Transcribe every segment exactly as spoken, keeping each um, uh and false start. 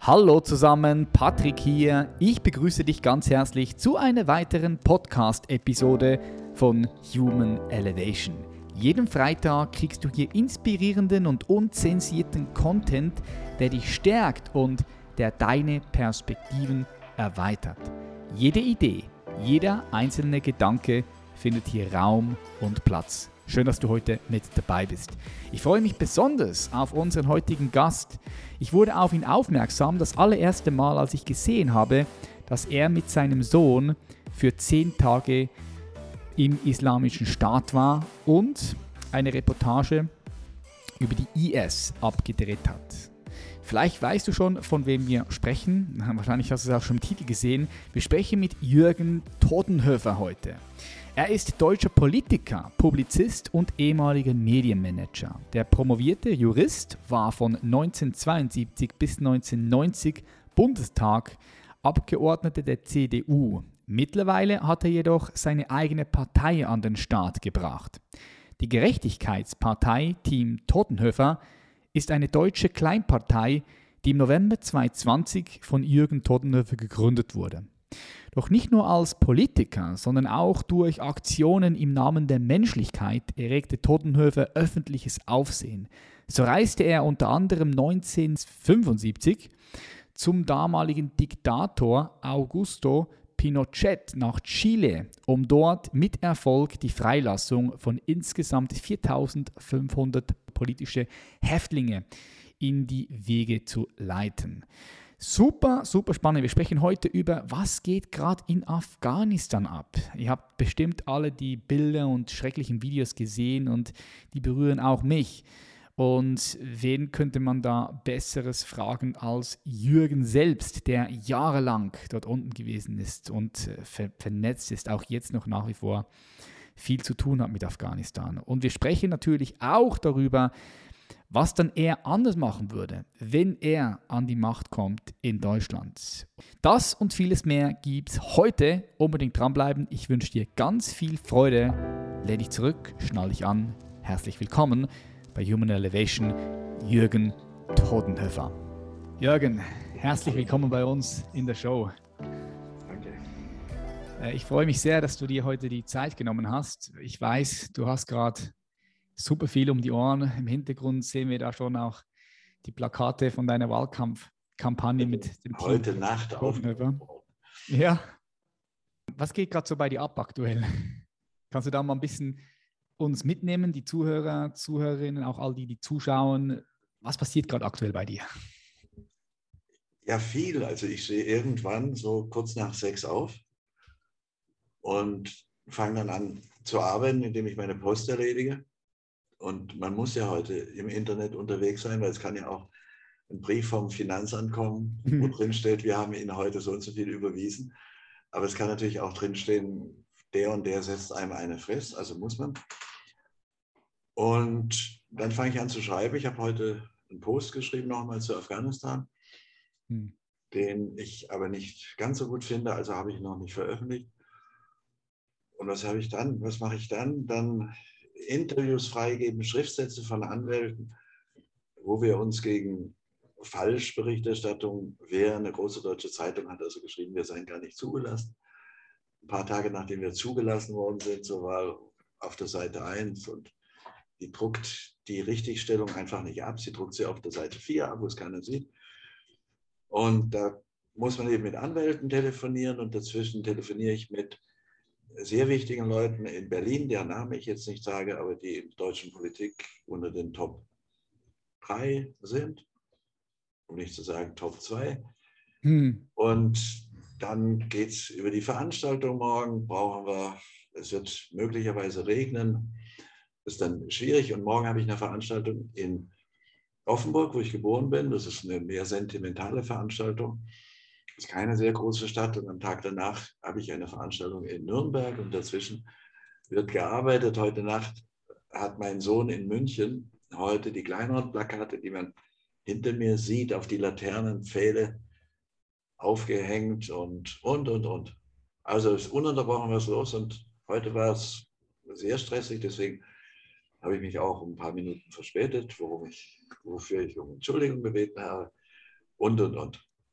Hallo zusammen, Patrick hier. Ich begrüße dich ganz herzlich zu einer weiteren Podcast-Episode von Human Elevation. Jeden Freitag kriegst du hier inspirierenden und unzensierten Content, der dich stärkt und der deine Perspektiven erweitert. Jede Idee, jeder einzelne Gedanke findet hier Raum und Platz. Schön, dass du heute mit dabei bist. Ich freue mich besonders auf unseren heutigen Gast. Ich wurde auf ihn aufmerksam das allererste Mal, als ich gesehen habe, dass er mit seinem Sohn für zehn Tage im Islamischen Staat war und eine Reportage über die I S abgedreht hat. Vielleicht weißt du schon, von wem wir sprechen. Wahrscheinlich hast du es auch schon im Titel gesehen. Wir sprechen mit Jürgen Todenhöfer heute. Er ist deutscher Politiker, Publizist und ehemaliger Medienmanager. Der promovierte Jurist war von neunzehnhundertzweiundsiebzig bis neunzehnhundertneunzig Bundestag, Abgeordneter der C D U. Mittlerweile hat er jedoch seine eigene Partei an den Start gebracht. Die Gerechtigkeitspartei Team Todenhöfer ist eine deutsche Kleinpartei, die im November zweitausendzwanzig von Jürgen Todenhöfer gegründet wurde. Doch nicht nur als Politiker, sondern auch durch Aktionen im Namen der Menschlichkeit erregte Todenhöfer öffentliches Aufsehen. So reiste er unter anderem neunzehnhundertfünfundsiebzig zum damaligen Diktator Augusto Pinochet nach Chile, um dort mit Erfolg die Freilassung von insgesamt viertausendfünfhundert politische Häftlinge in die Wege zu leiten. Super, super spannend. Wir sprechen heute über, was geht gerade in Afghanistan ab. Ihr habt bestimmt alle die Bilder und schrecklichen Videos gesehen und die berühren auch mich. Und wen könnte man da Besseres fragen als Jürgen selbst, der jahrelang dort unten gewesen ist und ver- vernetzt ist, auch jetzt noch nach wie vor viel zu tun hat mit Afghanistan. Und wir sprechen natürlich auch darüber, was dann er anders machen würde, wenn er an die Macht kommt in Deutschland. Das und vieles mehr gibt es heute. Unbedingt dranbleiben. Ich wünsche dir ganz viel Freude. Lehn dich zurück, schnall dich an. Herzlich willkommen bei Human Elevation, Jürgen Todenhöfer. Jürgen, herzlich willkommen bei uns in der Show. Danke. Ich freue mich sehr, dass du dir heute die Zeit genommen hast. Ich weiß, du hast gerade super viel um die Ohren. Im Hintergrund sehen wir da schon auch die Plakate von deiner Wahlkampfkampagne mit dem Team. Heute Nacht Todenhöfer. Ja. Was geht gerade so bei dir ab aktuell? Kannst du da mal ein bisschen uns mitnehmen, die Zuhörer, Zuhörerinnen, auch all die, die zuschauen? Was passiert gerade aktuell bei dir? Ja, viel. Also ich stehe irgendwann so kurz nach sechs auf und fange dann an zu arbeiten, indem ich meine Post erledige. Und man muss ja heute im Internet unterwegs sein, weil es kann ja auch ein Brief vom Finanzamt kommen, wo drin steht, wir haben Ihnen heute so und so viel überwiesen. Aber es kann natürlich auch drin stehen, der und der setzt einem eine Frist, also muss man. Und dann fange ich an zu schreiben. Ich habe heute einen Post geschrieben nochmal zu Afghanistan, hm. den ich aber nicht ganz so gut finde, also habe ich noch nicht veröffentlicht. Und was habe ich dann? Was mache ich dann? Dann Interviews freigeben, Schriftsätze von Anwälten, wo wir uns gegen Falschberichterstattung, wer eine große deutsche Zeitung hat also geschrieben, wir seien gar nicht zugelassen. Ein paar Tage nachdem wir zugelassen worden sind, so war auf der Seite eins und die druckt die Richtigstellung einfach nicht ab. Sie druckt sie auf der Seite vier ab, wo es keiner sieht. Und da muss man eben mit Anwälten telefonieren und dazwischen telefoniere ich mit sehr wichtigen Leuten in Berlin, deren Namen ich jetzt nicht sage, aber die in der deutschen Politik unter den Top drei sind, um nicht zu sagen Top zwei. Hm. Und dann geht es über die Veranstaltung morgen, brauchen wir, es wird möglicherweise regnen, ist dann schwierig. Und morgen habe ich eine Veranstaltung in Offenburg, wo ich geboren bin. Das ist eine mehr sentimentale Veranstaltung. Das ist keine sehr große Stadt. Und am Tag danach habe ich eine Veranstaltung in Nürnberg und dazwischen wird gearbeitet. Heute Nacht hat mein Sohn in München heute die kleineren Plakate, die man hinter mir sieht, auf die Laternenpfähle aufgehängt und, und, und, und. Also ist ununterbrochen was los und heute war es sehr stressig, deswegen habe ich mich auch um ein paar Minuten verspätet, worum ich, wofür ich um Entschuldigung gebeten habe und, und, und.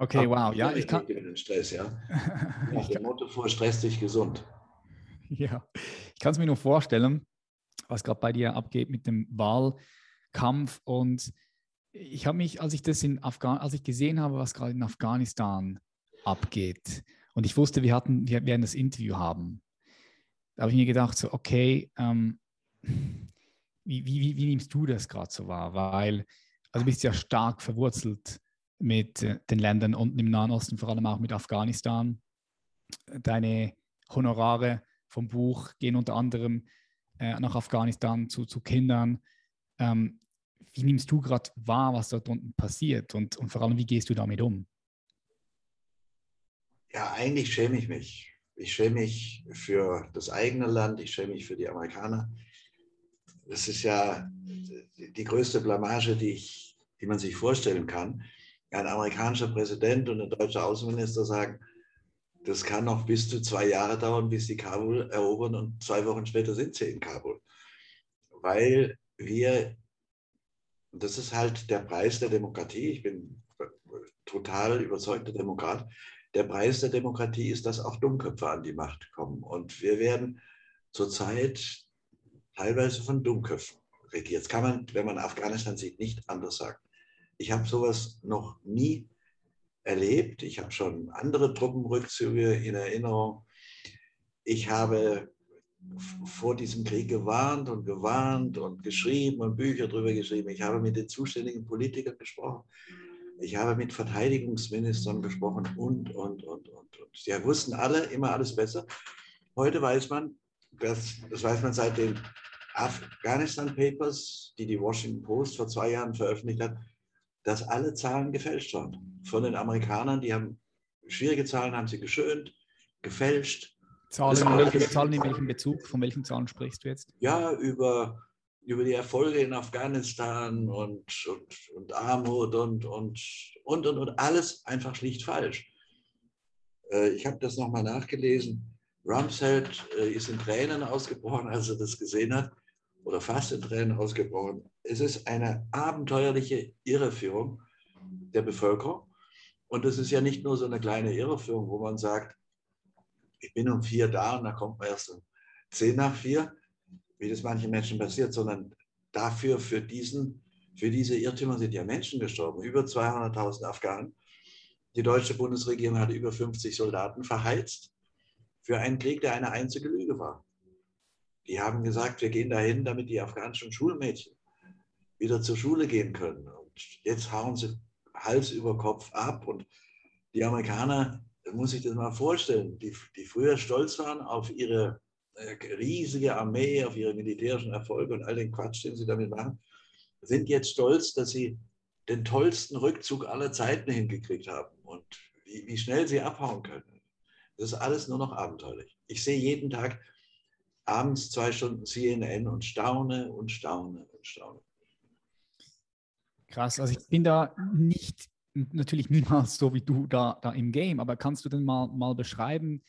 Okay, wow. Ja, ich kann... Den Stress, ja. Nach dem Motto, vor Stress dich gesund. Ja, ich kann es mir nur vorstellen, was gerade bei dir abgeht mit dem Wahlkampf. Und ich habe mich, als ich das in Afghan, als ich gesehen habe, was gerade in Afghanistan abgeht, und ich wusste, wir hatten, wir werden das Interview haben, da habe ich mir gedacht, so, okay, ähm, wie, wie, wie nimmst du das gerade so wahr? Weil, also du bist ja stark verwurzelt mit äh, den Ländern unten im Nahen Osten, vor allem auch mit Afghanistan. Deine Honorare vom Buch gehen unter anderem äh, nach Afghanistan zu, zu Kindern. Ähm, wie nimmst du gerade wahr, was dort unten passiert? Und, und vor allem, wie gehst du damit um? Ja, eigentlich schäme ich mich. Ich schäme mich für das eigene Land, ich schäme mich für die Amerikaner. Das ist ja die größte Blamage, die, ich, die man sich vorstellen kann. Ein amerikanischer Präsident und ein deutscher Außenminister sagen, das kann noch bis zu zwei Jahre dauern, bis sie Kabul erobern und zwei Wochen später sind sie in Kabul. Weil wir, das ist halt der Preis der Demokratie, ich bin total überzeugter Demokrat, der Preis der Demokratie ist, dass auch Dummköpfe an die Macht kommen. Und wir werden zurzeit teilweise von Dummköpfen regiert. Jetzt kann man, wenn man Afghanistan sieht, nicht anders sagen. Ich habe sowas noch nie erlebt. Ich habe schon andere Truppenrückzüge in Erinnerung. Ich habe vor diesem Krieg gewarnt und gewarnt und geschrieben und Bücher darüber geschrieben. Ich habe mit den zuständigen Politikern gesprochen. Ich habe mit Verteidigungsministern gesprochen und, und, und, und. und. Sie wussten alle immer alles besser. Heute weiß man, das, das weiß man seit den Afghanistan Papers, die die Washington Post vor zwei Jahren veröffentlicht hat, dass alle Zahlen gefälscht waren. Von den Amerikanern, die haben schwierige Zahlen, haben sie geschönt, gefälscht. Zahlen, in welchem, Zahlen in welchem Bezug? Von welchen Zahlen sprichst du jetzt? Ja, über, über die Erfolge in Afghanistan und, und, und Armut und, und, und, und, und alles einfach schlicht falsch. Ich habe das nochmal nachgelesen. Rumsfeld ist in Tränen ausgebrochen, als er das gesehen hat, oder fast in Tränen ausgebrochen. Es ist eine abenteuerliche Irreführung der Bevölkerung. Und es ist ja nicht nur so eine kleine Irreführung, wo man sagt, ich bin um vier da und dann kommt man erst um zehn nach vier, wie das manchen Menschen passiert, sondern dafür, für, diesen, für diese Irrtümer sind ja Menschen gestorben. Über zweihunderttausend Afghanen. Die deutsche Bundesregierung hat über fünfzig Soldaten verheizt für einen Krieg, der eine einzige Lüge war. Die haben gesagt, wir gehen dahin, damit die afghanischen Schulmädchen wieder zur Schule gehen können. Und jetzt hauen sie Hals über Kopf ab. Und die Amerikaner, da muss ich das mal vorstellen, die, die früher stolz waren auf ihre äh, riesige Armee, auf ihre militärischen Erfolge und all den Quatsch, den sie damit machen, sind jetzt stolz, dass sie den tollsten Rückzug aller Zeiten hingekriegt haben und wie, wie schnell sie abhauen können. Das ist alles nur noch abenteuerlich. Ich sehe jeden Tag abends zwei Stunden C N N und staune und staune und staune. Krass, also ich bin da nicht, natürlich niemals so wie du da, da im Game, aber kannst du denn mal, mal beschreiben,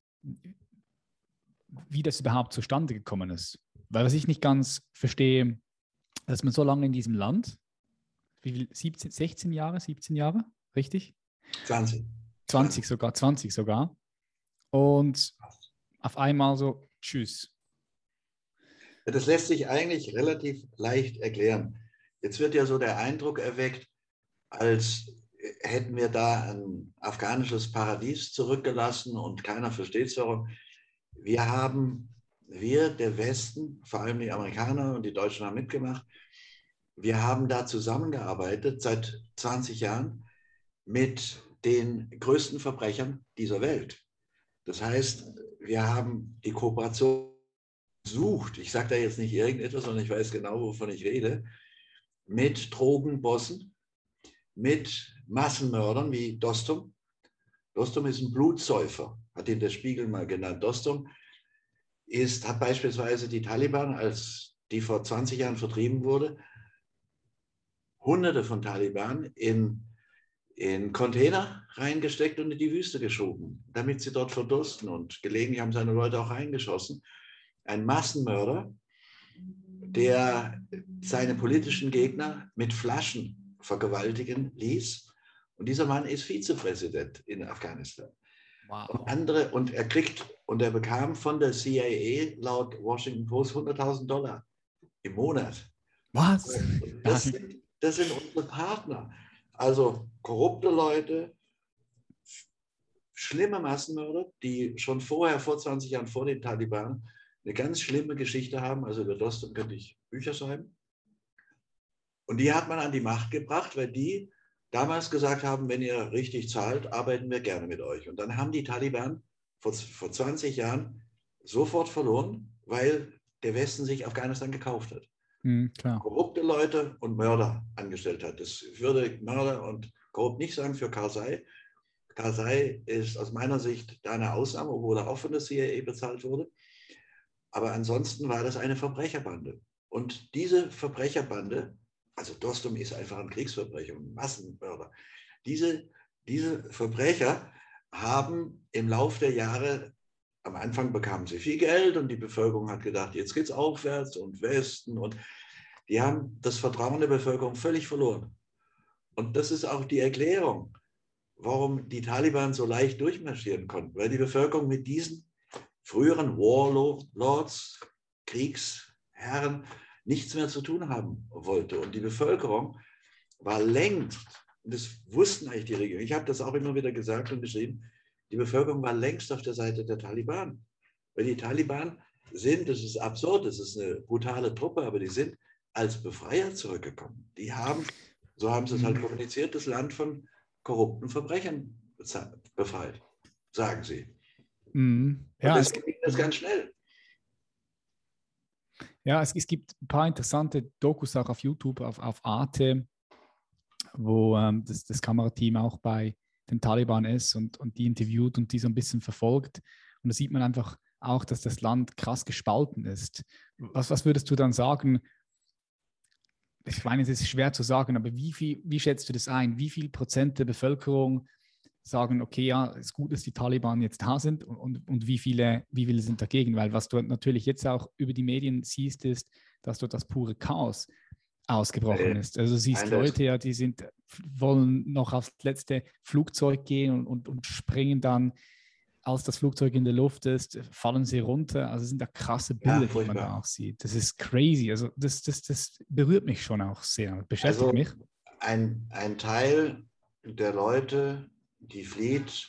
wie das überhaupt zustande gekommen ist? Weil was ich nicht ganz verstehe, dass man so lange in diesem Land, wie viel, siebzehn, sechzehn Jahre, siebzehn Jahre, richtig? zwanzig. zwanzig sogar, zwanzig sogar. Und auf einmal so, tschüss. Das lässt sich eigentlich relativ leicht erklären. Jetzt wird ja so der Eindruck erweckt, als hätten wir da ein afghanisches Paradies zurückgelassen und keiner versteht es warum. Wir haben, wir, der Westen, vor allem die Amerikaner und die Deutschen haben mitgemacht, wir haben da zusammengearbeitet seit zwanzig Jahren mit den größten Verbrechern dieser Welt. Das heißt, wir haben die Kooperation gesucht, ich sage da jetzt nicht irgendetwas, sondern ich weiß genau, wovon ich rede, mit Drogenbossen, mit Massenmördern wie Dostum. Dostum ist ein Blutsäufer, hat ihn der Spiegel mal genannt. Dostum ist, hat beispielsweise die Taliban, als die vor zwanzig Jahren vertrieben wurde, Hunderte von Taliban in, in Container reingesteckt und in die Wüste geschoben, damit sie dort verdursten. Und gelegentlich haben seine Leute auch reingeschossen. Ein Massenmörder, der seine politischen Gegner mit Flaschen vergewaltigen ließ Und dieser Mann ist Vizepräsident in Afghanistan. Wow. Und andere, und er kriegt, und er bekam von der C I A laut Washington Post hunderttausend Dollar im Monat. Was? Das sind, das sind unsere Partner. Also korrupte Leute, schlimme Massenmörder, die schon vorher, vor zwanzig Jahren vor den Taliban, eine ganz schlimme Geschichte haben. Also über Dostum könnte ich Bücher schreiben. Und die hat man an die Macht gebracht, weil die damals gesagt haben, wenn ihr richtig zahlt, arbeiten wir gerne mit euch. Und dann haben die Taliban vor, vor zwanzig Jahren sofort verloren, weil der Westen sich Afghanistan gekauft hat. Mhm, klar. Korrupte Leute und Mörder angestellt hat. Das würde Mörder und korrupt nicht sagen für Karzai. Karzai ist aus meiner Sicht da eine Ausnahme, obwohl er auch von der C I A bezahlt wurde. Aber ansonsten war das eine Verbrecherbande. Und diese Verbrecherbande, also Dostum ist einfach ein Kriegsverbrecher, ein Massenmörder. Diese, diese Verbrecher haben im Laufe der Jahre, am Anfang bekamen sie viel Geld und die Bevölkerung hat gedacht, jetzt geht es aufwärts und Westen. Und die haben das Vertrauen der Bevölkerung völlig verloren. Und das ist auch die Erklärung, warum die Taliban so leicht durchmarschieren konnten. Weil die Bevölkerung mit diesen früheren Warlords, Kriegsherren, nichts mehr zu tun haben wollte. Und die Bevölkerung war längst, und das wussten eigentlich die Regierung, ich habe das auch immer wieder gesagt und geschrieben, die Bevölkerung war längst auf der Seite der Taliban. Weil die Taliban sind, das ist absurd, das ist eine brutale Truppe, aber die sind als Befreier zurückgekommen. Die haben, so haben sie es halt kommuniziert, das Land von korrupten Verbrechern befreit, sagen sie. Mhm. Ja, und das geht das ganz schnell. Ja, es, es gibt ein paar interessante Dokus auch auf YouTube, auf, auf Arte, wo ähm, das, das Kamerateam auch bei den Taliban ist und, und die interviewt und die so ein bisschen verfolgt. Und da sieht man einfach auch, dass das Land krass gespalten ist. Was, was würdest du dann sagen? Ich meine, es ist schwer zu sagen, aber wie, viel, wie schätzt du das ein? Wie viel Prozent der Bevölkerung sagen, okay, ja, es ist gut, dass die Taliban jetzt da sind und, und, und wie, viele, wie viele sind dagegen? Weil was du natürlich jetzt auch über die Medien siehst, ist, dass dort das pure Chaos ausgebrochen ist. Also du siehst Leute, ja, die sind, wollen noch aufs letzte Flugzeug gehen und, und, und springen dann, als das Flugzeug in der Luft ist, fallen sie runter. Also sind da krasse Bilder, ja, die man da auch sieht. Das ist crazy. Also das, das, das berührt mich schon auch sehr, beschäftigt also mich. Ein, ein Teil der Leute, die flieht,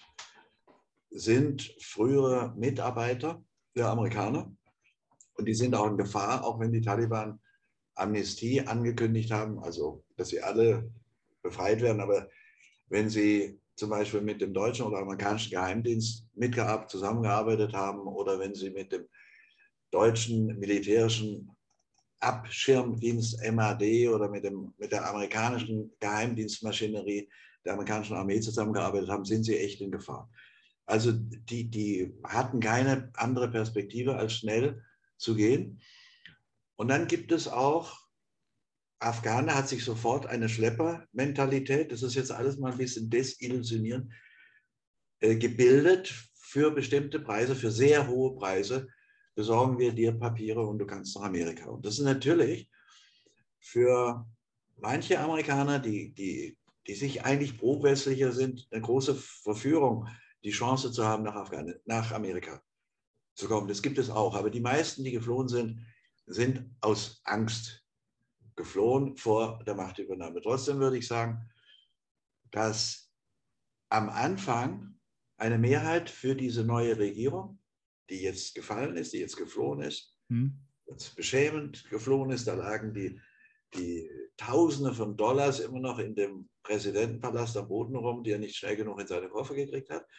sind frühere Mitarbeiter der Amerikaner und die sind auch in Gefahr, auch wenn die Taliban Amnestie angekündigt haben, also dass sie alle befreit werden, aber wenn sie zum Beispiel mit dem deutschen oder amerikanischen Geheimdienst mitgearbeitet, zusammengearbeitet haben oder wenn sie mit dem deutschen militärischen Abschirmdienst M A D oder mit, dem, mit der amerikanischen Geheimdienstmaschinerie der amerikanischen Armee zusammengearbeitet haben, sind sie echt in Gefahr. Also die, die hatten keine andere Perspektive, als schnell zu gehen. Und dann gibt es auch, Afghaner hat sich sofort eine Schleppermentalität, das ist jetzt alles mal ein bisschen desillusionieren, äh, gebildet für bestimmte Preise, für sehr hohe Preise, besorgen wir dir Papiere und du kannst nach Amerika. Und das ist natürlich für manche Amerikaner, die, die, die sich eigentlich pro-westlicher sind, eine große Verführung, die Chance zu haben, nach, Afghan nach Amerika zu kommen. Das gibt es auch. Aber die meisten, die geflohen sind, sind aus Angst geflohen vor der Machtübernahme. Trotzdem würde ich sagen, dass am Anfang eine Mehrheit für diese neue Regierung, die jetzt gefallen ist, die jetzt geflohen ist, hm. jetzt beschämend geflohen ist, da lagen die, die Tausende von Dollars immer noch in dem Präsidentenpalast am Boden rum, die er nicht schnell genug in seine Koffer gekriegt hat.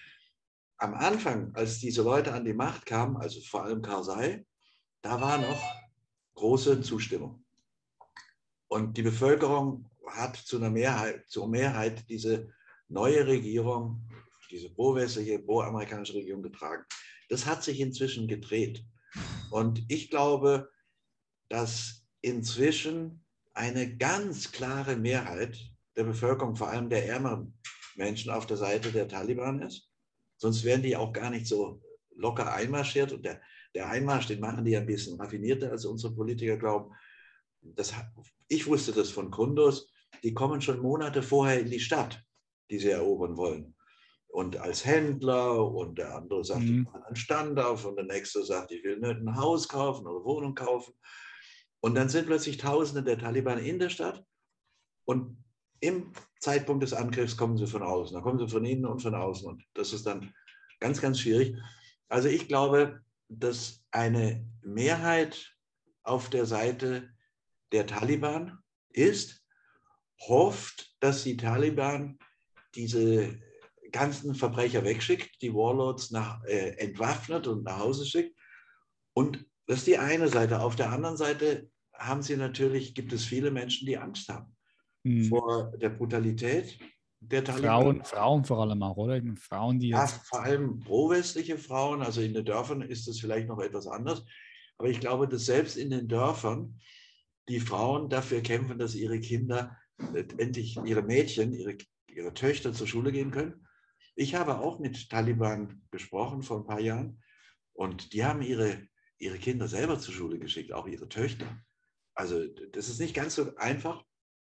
Am Anfang, als diese Leute an die Macht kamen, also vor allem Karzai, da war noch große Zustimmung. Und die Bevölkerung hat zu einer Mehrheit, zur Mehrheit diese neue Regierung, diese pro-westliche, pro-amerikanische Regierung getragen. Das hat sich inzwischen gedreht. Und ich glaube, dass inzwischen eine ganz klare Mehrheit der Bevölkerung, vor allem der ärmeren Menschen, auf der Seite der Taliban ist. Sonst wären die auch gar nicht so locker einmarschiert. Und der, der Einmarsch, den machen die ein bisschen raffinierter, als unsere Politiker glauben. Das, ich wusste das von Kunduz, die kommen schon Monate vorher in die Stadt die sie erobern wollen. Und als Händler, und der andere sagt, mhm. ich mache einen Stand auf, und der nächste sagt, ich will nicht ein Haus kaufen oder Wohnung kaufen. Und dann sind plötzlich Tausende der Taliban in der Stadt, und im Zeitpunkt des Angriffs kommen sie von außen. Da kommen sie von innen und von außen, und das ist dann ganz, ganz schwierig. Also ich glaube, dass eine Mehrheit auf der Seite der Taliban ist, hofft, dass die Taliban diese ganzen Verbrecher wegschickt, die Warlords nach, äh, entwaffnet und nach Hause schickt. Und das ist die eine Seite. Auf der anderen Seite haben sie natürlich, gibt es viele Menschen, die Angst haben mhm. vor der Brutalität der Taliban. Frauen, Frauen vor allem auch, oder? Frauen, die jetzt... Ja, vor allem pro-westliche Frauen. Also in den Dörfern ist das vielleicht noch etwas anders. Aber ich glaube, dass selbst in den Dörfern die Frauen dafür kämpfen, dass ihre Kinder, endlich ihre Mädchen, ihre, ihre Töchter zur Schule gehen können. Ich habe auch mit Taliban gesprochen vor ein paar Jahren, und die haben ihre, ihre Kinder selber zur Schule geschickt, auch ihre Töchter. Also das ist nicht ganz so einfach.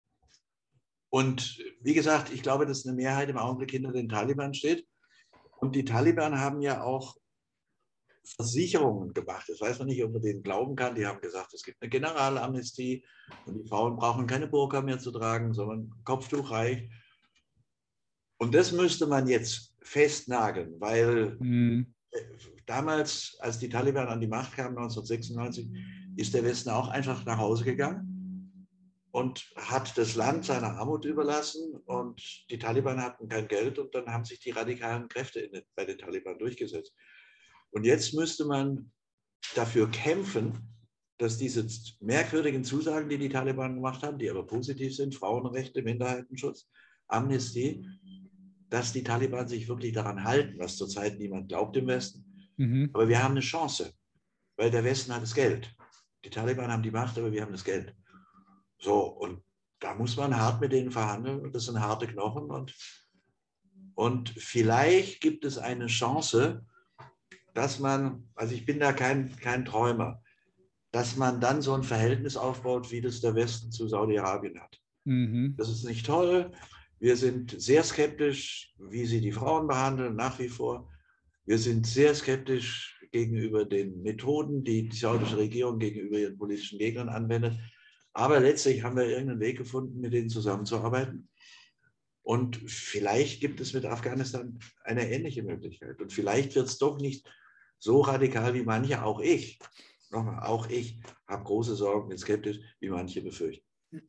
Und wie gesagt, ich glaube, dass eine Mehrheit im Augenblick hinter den Taliban steht. Und die Taliban haben ja auch Versicherungen gemacht. Das weiß man nicht, ob man denen glauben kann. Die haben gesagt, es gibt eine Generalamnestie und die Frauen brauchen keine Burka mehr zu tragen, sondern Kopftuch reicht. Und das müsste man jetzt festnageln, weil mhm. damals, als die Taliban an die Macht kamen, neunzehnhundertsechsundneunzig, ist der Westen auch einfach nach Hause gegangen und hat das Land seiner Armut überlassen, und die Taliban hatten kein Geld, und dann haben sich die radikalen Kräfte in den, bei den Taliban durchgesetzt. Und jetzt müsste man dafür kämpfen, dass diese merkwürdigen Zusagen, die die Taliban gemacht haben, die aber positiv sind, Frauenrechte, Minderheitenschutz, Amnestie, dass die Taliban sich wirklich daran halten, was zurzeit niemand glaubt im Westen. Mhm. Aber wir haben eine Chance, weil der Westen hat das Geld. Die Taliban haben die Macht, aber wir haben das Geld. So, und da muss man hart mit denen verhandeln, und das sind harte Knochen. Und, und vielleicht gibt es eine Chance, dass man, also ich bin da kein, kein Träumer, dass man dann so ein Verhältnis aufbaut, wie das der Westen zu Saudi-Arabien hat. Mhm. Das ist nicht toll. Wir sind sehr skeptisch, wie sie die Frauen behandeln, nach wie vor. Wir sind sehr skeptisch gegenüber den Methoden, die die saudische Regierung gegenüber ihren politischen Gegnern anwendet. Aber letztlich haben wir irgendeinen Weg gefunden, mit denen zusammenzuarbeiten. Und vielleicht gibt es mit Afghanistan eine ähnliche Möglichkeit. Und vielleicht wird es doch nicht so radikal wie manche, auch ich. Nochmal, auch ich habe große Sorgen, bin skeptisch, wie manche befürchten.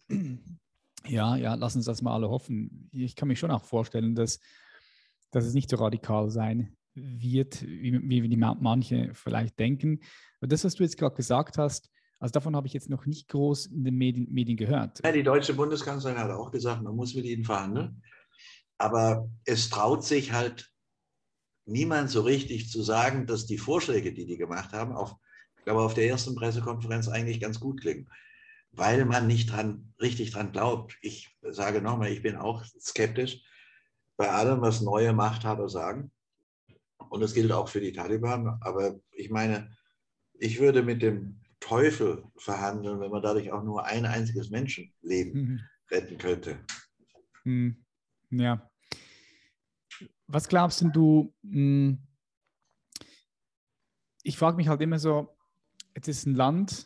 Ja, ja, lass uns das mal alle hoffen. Ich kann mir schon auch vorstellen, dass, dass es nicht so radikal sein wird, wie, wie die manche vielleicht denken. Aber das, was du jetzt gerade gesagt hast, also davon habe ich jetzt noch nicht groß in den Medien, Medien gehört. Ja, die deutsche Bundeskanzlerin hat auch gesagt, man muss mit ihnen verhandeln. Aber es traut sich halt niemand so richtig zu sagen, dass die Vorschläge, die die gemacht haben, auf, ich glaube, auf der ersten Pressekonferenz eigentlich ganz gut klingen, weil man nicht dran, richtig dran glaubt. Ich sage nochmal, ich bin auch skeptisch bei allem, was neue Machthaber sagen. Und das gilt auch für die Taliban. Aber ich meine, ich würde mit dem Teufel verhandeln, wenn man dadurch auch nur ein einziges Menschenleben mhm. retten könnte. Mhm. Ja. Was glaubst denn du, mh, ich frage mich halt immer so, jetzt ist ein Land,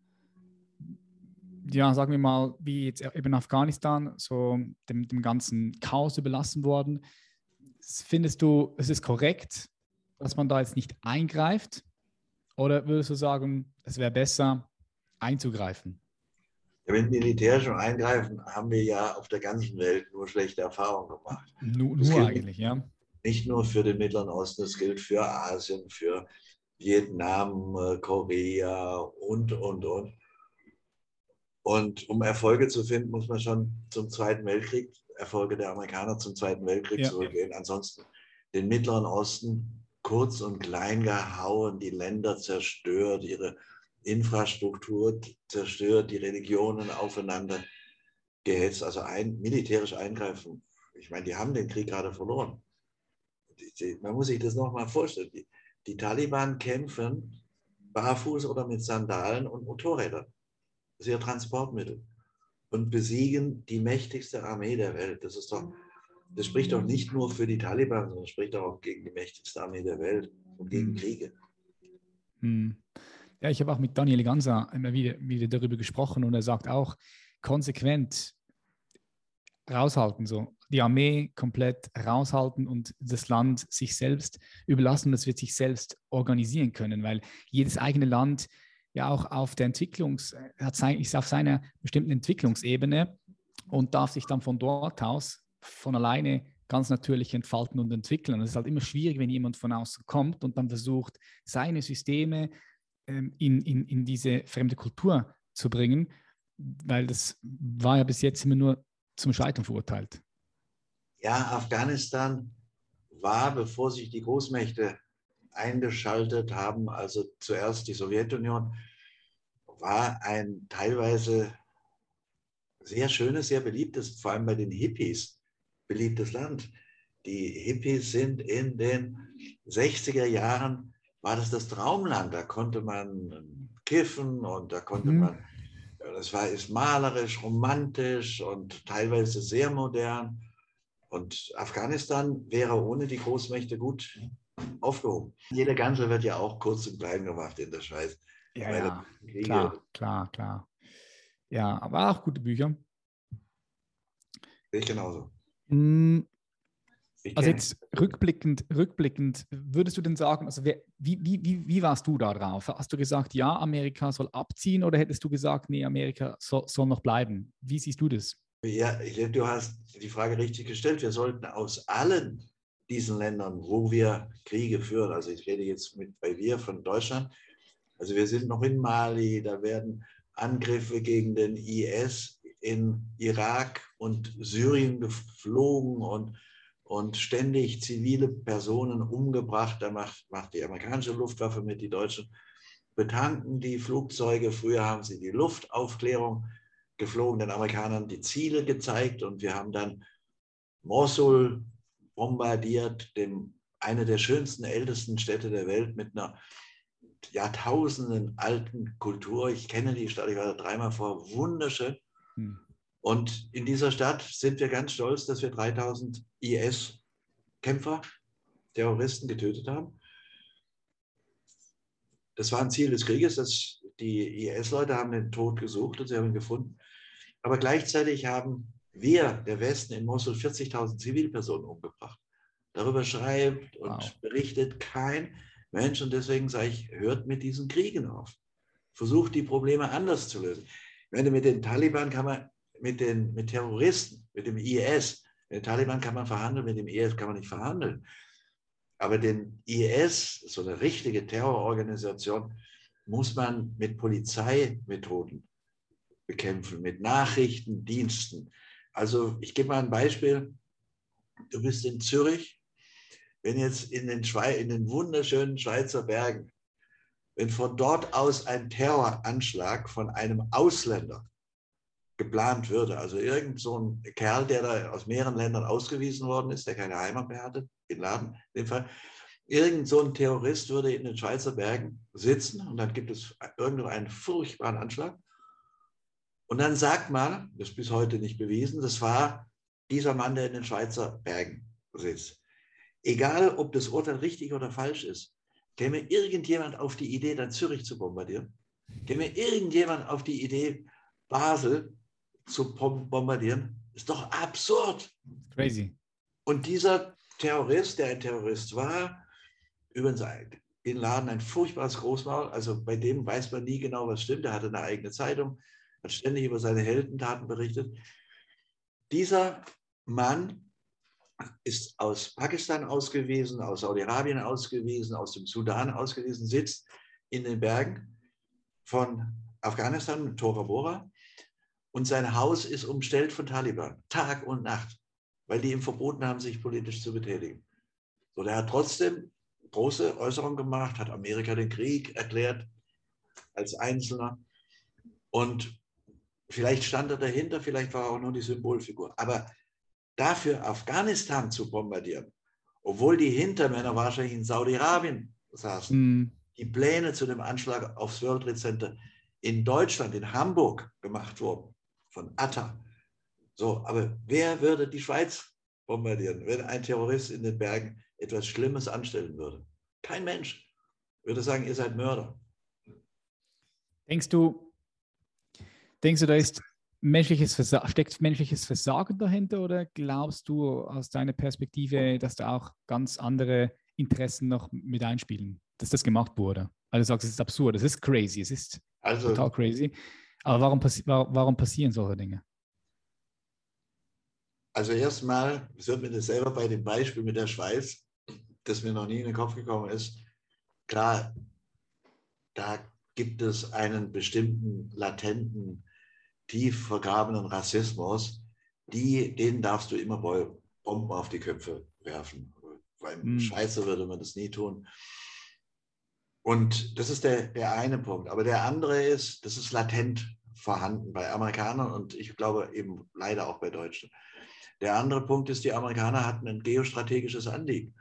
ja, sagen wir mal, wie jetzt eben Afghanistan, so dem, dem ganzen Chaos überlassen worden. Findest du, es ist korrekt, dass man da jetzt nicht eingreift? Oder würdest du sagen, es wäre besser, einzugreifen? Ja, mit militärischem Eingreifen haben wir ja auf der ganzen Welt nur schlechte Erfahrungen gemacht. Nur, nur eigentlich, ja. Nicht nur für den Mittleren Osten, es gilt für Asien, für Vietnam, Korea und, und, und. Und um Erfolge zu finden, muss man schon zum Zweiten Weltkrieg, Erfolge der Amerikaner zum Zweiten Weltkrieg ja. zurückgehen. Ansonsten den Mittleren Osten kurz und klein gehauen, die Länder zerstört, ihre Infrastruktur zerstört, die Religionen aufeinander gehetzt. Also ein, militärisch eingreifen. Ich meine, die haben den Krieg gerade verloren. Die, die, man muss sich das nochmal vorstellen. Die, die Taliban kämpfen barfuß oder mit Sandalen und Motorrädern. Das ist ihr Transportmittel. Und besiegen die mächtigste Armee der Welt. Das ist doch das spricht doch nicht nur für die Taliban, sondern spricht auch gegen die mächtigste Armee der Welt und gegen hm. Kriege. Hm. Ja, ich habe auch mit Daniel Ganser immer wieder, wieder darüber gesprochen und er sagt auch, konsequent raushalten, so die Armee komplett raushalten und das Land sich selbst überlassen, das wird sich selbst organisieren können, weil jedes eigene Land ja auch auf der Entwicklungs, hat sein, ist auf seiner bestimmten Entwicklungsebene und darf sich dann von dort aus von alleine ganz natürlich entfalten und entwickeln. Und es ist halt immer schwierig, wenn jemand von außen kommt und dann versucht, seine Systeme ähm, in, in, in diese fremde Kultur zu bringen, weil das war ja bis jetzt immer nur zum Scheitern verurteilt. Ja, Afghanistan war, bevor sich die Großmächte eingeschaltet haben, also zuerst die Sowjetunion, war ein teilweise sehr schönes, sehr beliebtes, vor allem bei den Hippies, beliebtes Land. Die Hippies sind in den sechziger Jahren, war das das Traumland, da konnte man kiffen und da konnte man, das war ist malerisch, romantisch und teilweise sehr modern. Und Afghanistan wäre ohne die Großmächte gut aufgehoben. Jeder Ganze wird ja auch kurz und klein gemacht in der Schweiz. Ja, ja, klar, klar, klar. Ja, aber auch gute Bücher. Ich genauso. Mm, ich also jetzt rückblickend, rückblickend, würdest du denn sagen, also wer, wie, wie, wie, wie warst du da drauf? Hast du gesagt, ja, Amerika soll abziehen oder hättest du gesagt, nee, Amerika soll, soll noch bleiben? Wie siehst du das? Ja, du hast die Frage richtig gestellt. Wir sollten aus allen diesen Ländern, wo wir Kriege führen, also ich rede jetzt mit bei wir von Deutschland, also wir sind noch in Mali, da werden Angriffe gegen den I S in Irak und Syrien geflogen und, und ständig zivile Personen umgebracht. Da macht, macht die amerikanische Luftwaffe mit, die Deutschen betanken die Flugzeuge. Früher haben sie die Luftaufklärung geflogen, den Amerikanern die Ziele gezeigt und wir haben dann Mosul bombardiert, dem, eine der schönsten, ältesten Städte der Welt mit einer Jahrtausenden alten Kultur. Ich kenne die Stadt, ich war da dreimal vor, wunderschön. Hm. Und in dieser Stadt sind wir ganz stolz, dass wir dreitausend I S-Kämpfer, Terroristen getötet haben. Das war ein Ziel des Krieges, dass die I S-Leute haben den Tod gesucht und sie haben ihn gefunden. Aber gleichzeitig haben wir, der Westen, in Mosul vierzigtausend Zivilpersonen umgebracht. Darüber schreibt und wow. berichtet kein Mensch. Und deswegen sage ich, hört mit diesen Kriegen auf. Versucht die Probleme anders zu lösen. Ich meine, mit den Taliban kann man, mit den mit Terroristen, mit dem I S, mit den Taliban kann man verhandeln, mit dem I S kann man nicht verhandeln. Aber den I S, so eine richtige Terrororganisation, muss man mit Polizeimethoden bekämpfen, mit Nachrichtendiensten. Also ich gebe mal ein Beispiel. Du bist in Zürich, wenn jetzt in den, Schwe in den wunderschönen Schweizer Bergen, wenn von dort aus ein Terroranschlag von einem Ausländer geplant würde, also irgend so ein Kerl, der da aus mehreren Ländern ausgewiesen worden ist, der keine Heimat mehr hatte, Bin Laden in dem Fall, irgend so ein Terrorist würde in den Schweizer Bergen sitzen und dann gibt es irgendeinen furchtbaren Anschlag. Und dann sagt man, das ist bis heute nicht bewiesen, das war dieser Mann, der in den Schweizer Bergen sitzt. Egal, ob das Urteil richtig oder falsch ist, käme irgendjemand auf die Idee, dann Zürich zu bombardieren? Käme irgendjemand auf die Idee, Basel zu bombardieren? Ist doch absurd. Crazy. Und dieser Terrorist, der ein Terrorist war, übrigens Bin Laden ein furchtbares Großmaul, also bei dem weiß man nie genau, was stimmt. Er hatte eine eigene Zeitung, hat ständig über seine Heldentaten berichtet. Dieser Mann ist aus Pakistan ausgewiesen, aus Saudi-Arabien ausgewiesen, aus dem Sudan ausgewiesen, sitzt in den Bergen von Afghanistan, Tora Bora, und sein Haus ist umstellt von Taliban, Tag und Nacht, weil die ihm verboten haben, sich politisch zu betätigen. So, der hat trotzdem große Äußerungen gemacht, hat Amerika den Krieg erklärt als Einzelner und vielleicht stand er dahinter, vielleicht war er auch nur die Symbolfigur. Aber dafür Afghanistan zu bombardieren, obwohl die Hintermänner wahrscheinlich in Saudi-Arabien saßen, mm. die Pläne zu dem Anschlag aufs World Trade Center in Deutschland, in Hamburg gemacht wurden, von Atta. So, aber wer würde die Schweiz bombardieren. Wenn ein Terrorist in den Bergen etwas Schlimmes anstellen würde, kein Mensch würde sagen, ihr seid Mörder. Denkst du, denkst du, da ist menschliches Versa- steckt menschliches Versagen dahinter oder glaubst du aus deiner Perspektive, dass da auch ganz andere Interessen noch mit einspielen, dass das gemacht wurde? Also du sagst, es ist absurd, es ist crazy, es ist Also, total crazy. Aber warum, passi warum, warum passieren solche Dinge? also erstmal, es wird mir das selber bei dem Beispiel mit der Schweiz, das mir noch nie in den Kopf gekommen ist, klar, da gibt es einen bestimmten latenten, tief vergrabenen Rassismus, die, denen darfst du immer Bomben auf die Köpfe werfen. Beim Hm. Schweizer würde man das nie tun. Und das ist der, der eine Punkt. Aber der andere ist, das ist latent vorhanden bei Amerikanern und ich glaube eben leider auch bei Deutschen. Der andere Punkt ist, die Amerikaner hatten ein geostrategisches Anliegen.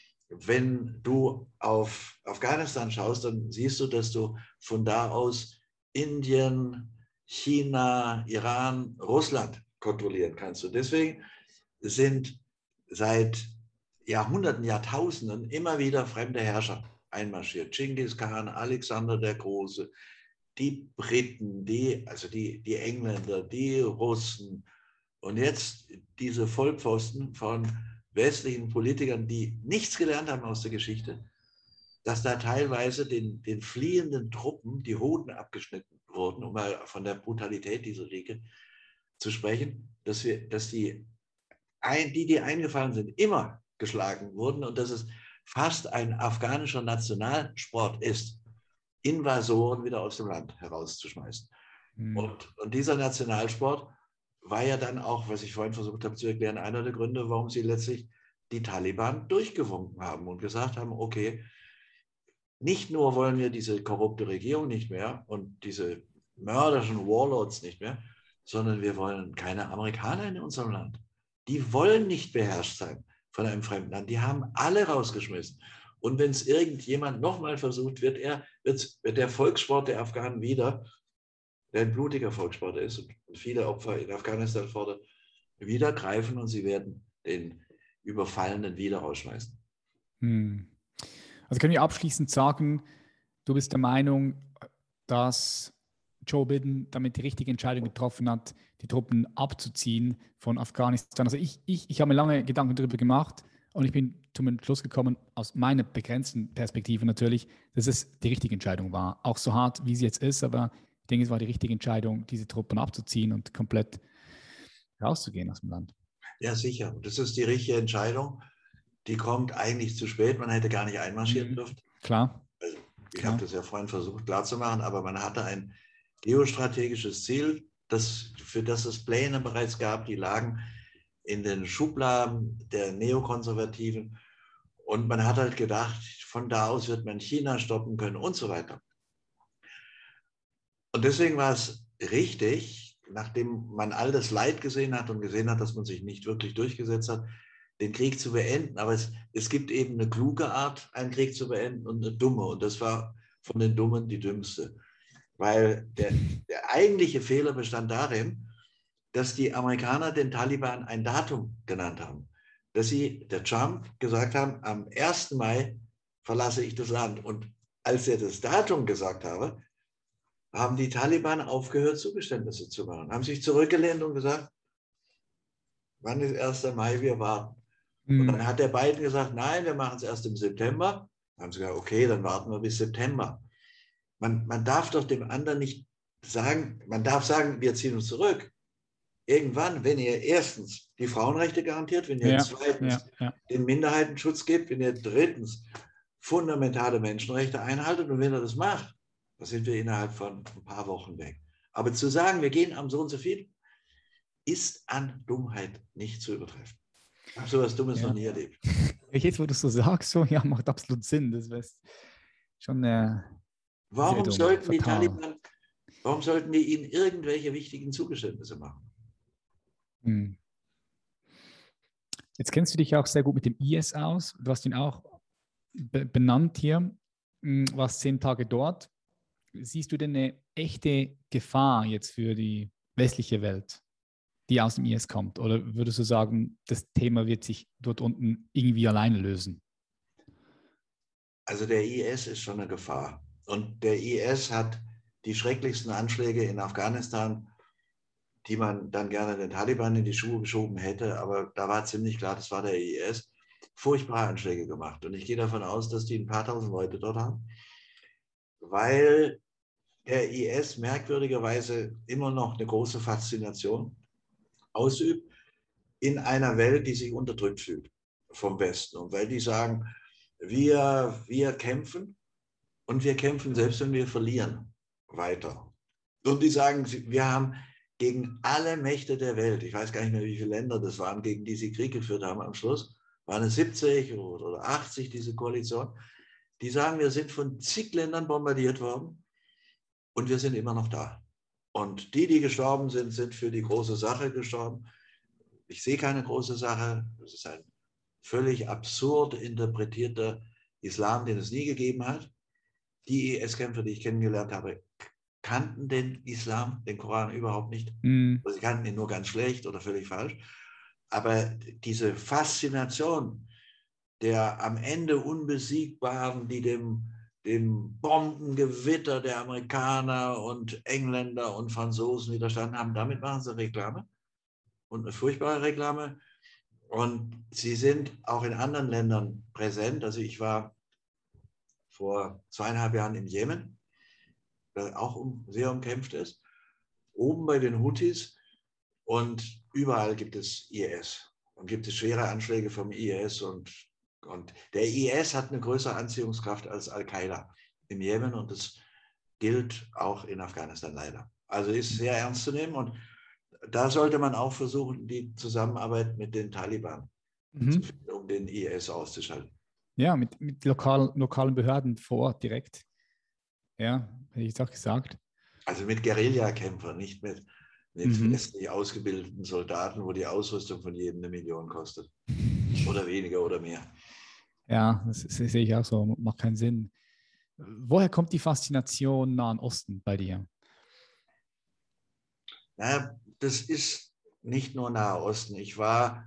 Wenn du auf Afghanistan schaust, dann siehst du, dass du von da aus Indien, China, Iran, Russland kontrollieren kannst. Und deswegen sind seit Jahrhunderten, Jahrtausenden immer wieder fremde Herrscher einmarschiert. Genghis Khan, Alexander der Große, die Briten, die, also die, die Engländer, die Russen und jetzt diese Vollpfosten von westlichen Politikern, die nichts gelernt haben aus der Geschichte, dass da teilweise den, den fliehenden Truppen die Hoden abgeschnitten wurden, um mal von der Brutalität dieser Kriege zu sprechen, dass, wir, dass die, die, die eingefallen sind, immer geschlagen wurden und dass es fast ein afghanischer Nationalsport ist, Invasoren wieder aus dem Land herauszuschmeißen. Mhm. Und, und dieser Nationalsport war ja dann auch, was ich vorhin versucht habe zu erklären, einer der Gründe, warum sie letztlich die Taliban durchgewunken haben und gesagt haben, okay, nicht nur wollen wir diese korrupte Regierung nicht mehr und diese mörderischen Warlords nicht mehr, sondern wir wollen keine Amerikaner in unserem Land. Die wollen nicht beherrscht sein von einem fremden Land. Die haben alle rausgeschmissen. Und wenn es irgendjemand nochmal versucht, wird, er, wird, wird der Volkssport der Afghanen wieder, der ein blutiger Volkssport ist und viele Opfer in Afghanistan fordert, wieder greifen und sie werden den Überfallenen wieder rausschmeißen. Hm. Also können wir abschließend sagen, du bist der Meinung, dass Joe Biden damit die richtige Entscheidung getroffen hat, die Truppen abzuziehen von Afghanistan. Also ich, ich, ich habe mir lange Gedanken darüber gemacht und ich bin zum Schluss gekommen, aus meiner begrenzten Perspektive natürlich, dass es die richtige Entscheidung war. Auch so hart, wie sie jetzt ist, aber ich denke, es war die richtige Entscheidung, diese Truppen abzuziehen und komplett rauszugehen aus dem Land. Ja, sicher. Das ist die richtige Entscheidung. Die kommt eigentlich zu spät. Man hätte gar nicht einmarschieren mhm. dürfen. Klar. Also, ich habe das ja vorhin versucht klarzumachen, aber man hatte ein geostrategisches Ziel, das, für das es Pläne bereits gab, die lagen in den Schubladen der Neokonservativen. Und man hat halt gedacht, von da aus wird man China stoppen können und so weiter. Und deswegen war es richtig, nachdem man all das Leid gesehen hat und gesehen hat, dass man sich nicht wirklich durchgesetzt hat, den Krieg zu beenden. Aber es, es gibt eben eine kluge Art, einen Krieg zu beenden und eine dumme. Und das war von den Dummen die dümmste. Weil der, der eigentliche Fehler bestand darin, dass die Amerikaner den Taliban ein Datum genannt haben. Dass sie, der Trump, gesagt haben, am ersten Mai verlasse ich das Land. Und als er das Datum gesagt habe, haben die Taliban aufgehört, Zugeständnisse zu machen. Haben sich zurückgelehnt und gesagt, wann ist erster Mai, wir warten. Mhm. Und dann hat der Biden gesagt, nein, wir machen es erst im September. Dann haben sie gesagt, okay, dann warten wir bis September. Man, man darf doch dem anderen nicht sagen, man darf sagen, wir ziehen uns zurück. Irgendwann, wenn ihr erstens die Frauenrechte garantiert, wenn ihr ja, zweitens ja, ja. den Minderheitenschutz gebt, wenn ihr drittens fundamentale Menschenrechte einhaltet und wenn ihr das macht, da sind wir innerhalb von ein paar Wochen weg. Aber zu sagen, wir gehen am so und so viel, ist an Dummheit nicht zu übertreffen. Ich habe sowas Dummes ja. noch nie erlebt. Jetzt, wo du so sagst, so, ja, macht absolut Sinn. Das wäre schon äh, warum dumm, sollten fatal. die Taliban, warum sollten die ihnen irgendwelche wichtigen Zugeständnisse machen? Hm. Jetzt kennst du dich auch sehr gut mit dem I S aus. Du hast ihn auch be- benannt hier. Warst zehn Tage dort. Siehst du denn eine echte Gefahr jetzt für die westliche Welt, die aus dem I S kommt? Oder würdest du sagen, das Thema wird sich dort unten irgendwie alleine lösen? Also der I S ist schon eine Gefahr. Und der I S hat die schrecklichsten Anschläge in Afghanistan, die man dann gerne den Taliban in die Schuhe geschoben hätte. Aber da war ziemlich klar, das war der I S. Furchtbare Anschläge gemacht. Und ich gehe davon aus, dass die ein paar tausend Leute dort haben, weil der I S merkwürdigerweise immer noch eine große Faszination ausübt in einer Welt, die sich unterdrückt fühlt vom Westen. Und weil die sagen, wir, wir kämpfen und wir kämpfen, selbst wenn wir verlieren, weiter. Und die sagen, wir haben gegen alle Mächte der Welt, ich weiß gar nicht mehr, wie viele Länder das waren, gegen die sie Krieg geführt haben am Schluss, waren es siebzig oder achtzig, diese Koalition, die sagen, wir sind von zig Ländern bombardiert worden und wir sind immer noch da. Und die, die gestorben sind, sind für die große Sache gestorben. Ich sehe keine große Sache. Das ist ein völlig absurd interpretierter Islam, den es nie gegeben hat. Die I S-Kämpfer, die ich kennengelernt habe, kannten den Islam, den Koran überhaupt nicht. Mm. Also sie kannten ihn nur ganz schlecht oder völlig falsch. Aber diese Faszination der am Ende Unbesiegbaren, die dem, dem Bombengewitter der Amerikaner und Engländer und Franzosen widerstanden haben, damit machen sie Reklame. Und eine furchtbare Reklame. Und sie sind auch in anderen Ländern präsent. Also ich war vor zweieinhalb Jahren im Jemen, der auch um, sehr umkämpft ist, oben bei den Houthis. Und überall gibt es I S. Und gibt es schwere Anschläge vom I S. Und, und der I S hat eine größere Anziehungskraft als Al-Qaida im Jemen. Und das gilt auch in Afghanistan leider. Also ist sehr ernst zu nehmen. Und da sollte man auch versuchen, die Zusammenarbeit mit den Taliban mhm. zu finden, um den I S auszuschalten. Ja, mit, mit lokal, lokalen Behörden vor Ort direkt. Ja, hätte ich jetzt auch gesagt. Also mit Guerillakämpfern, nicht mit, mit mhm. westlich ausgebildeten Soldaten, wo die Ausrüstung von jedem eine Million kostet. Oder weniger oder mehr. Ja, das, das sehe ich auch so. Macht keinen Sinn. Woher kommt die Faszination Nahen Osten bei dir? Naja, das ist nicht nur Nahe Osten. Ich war,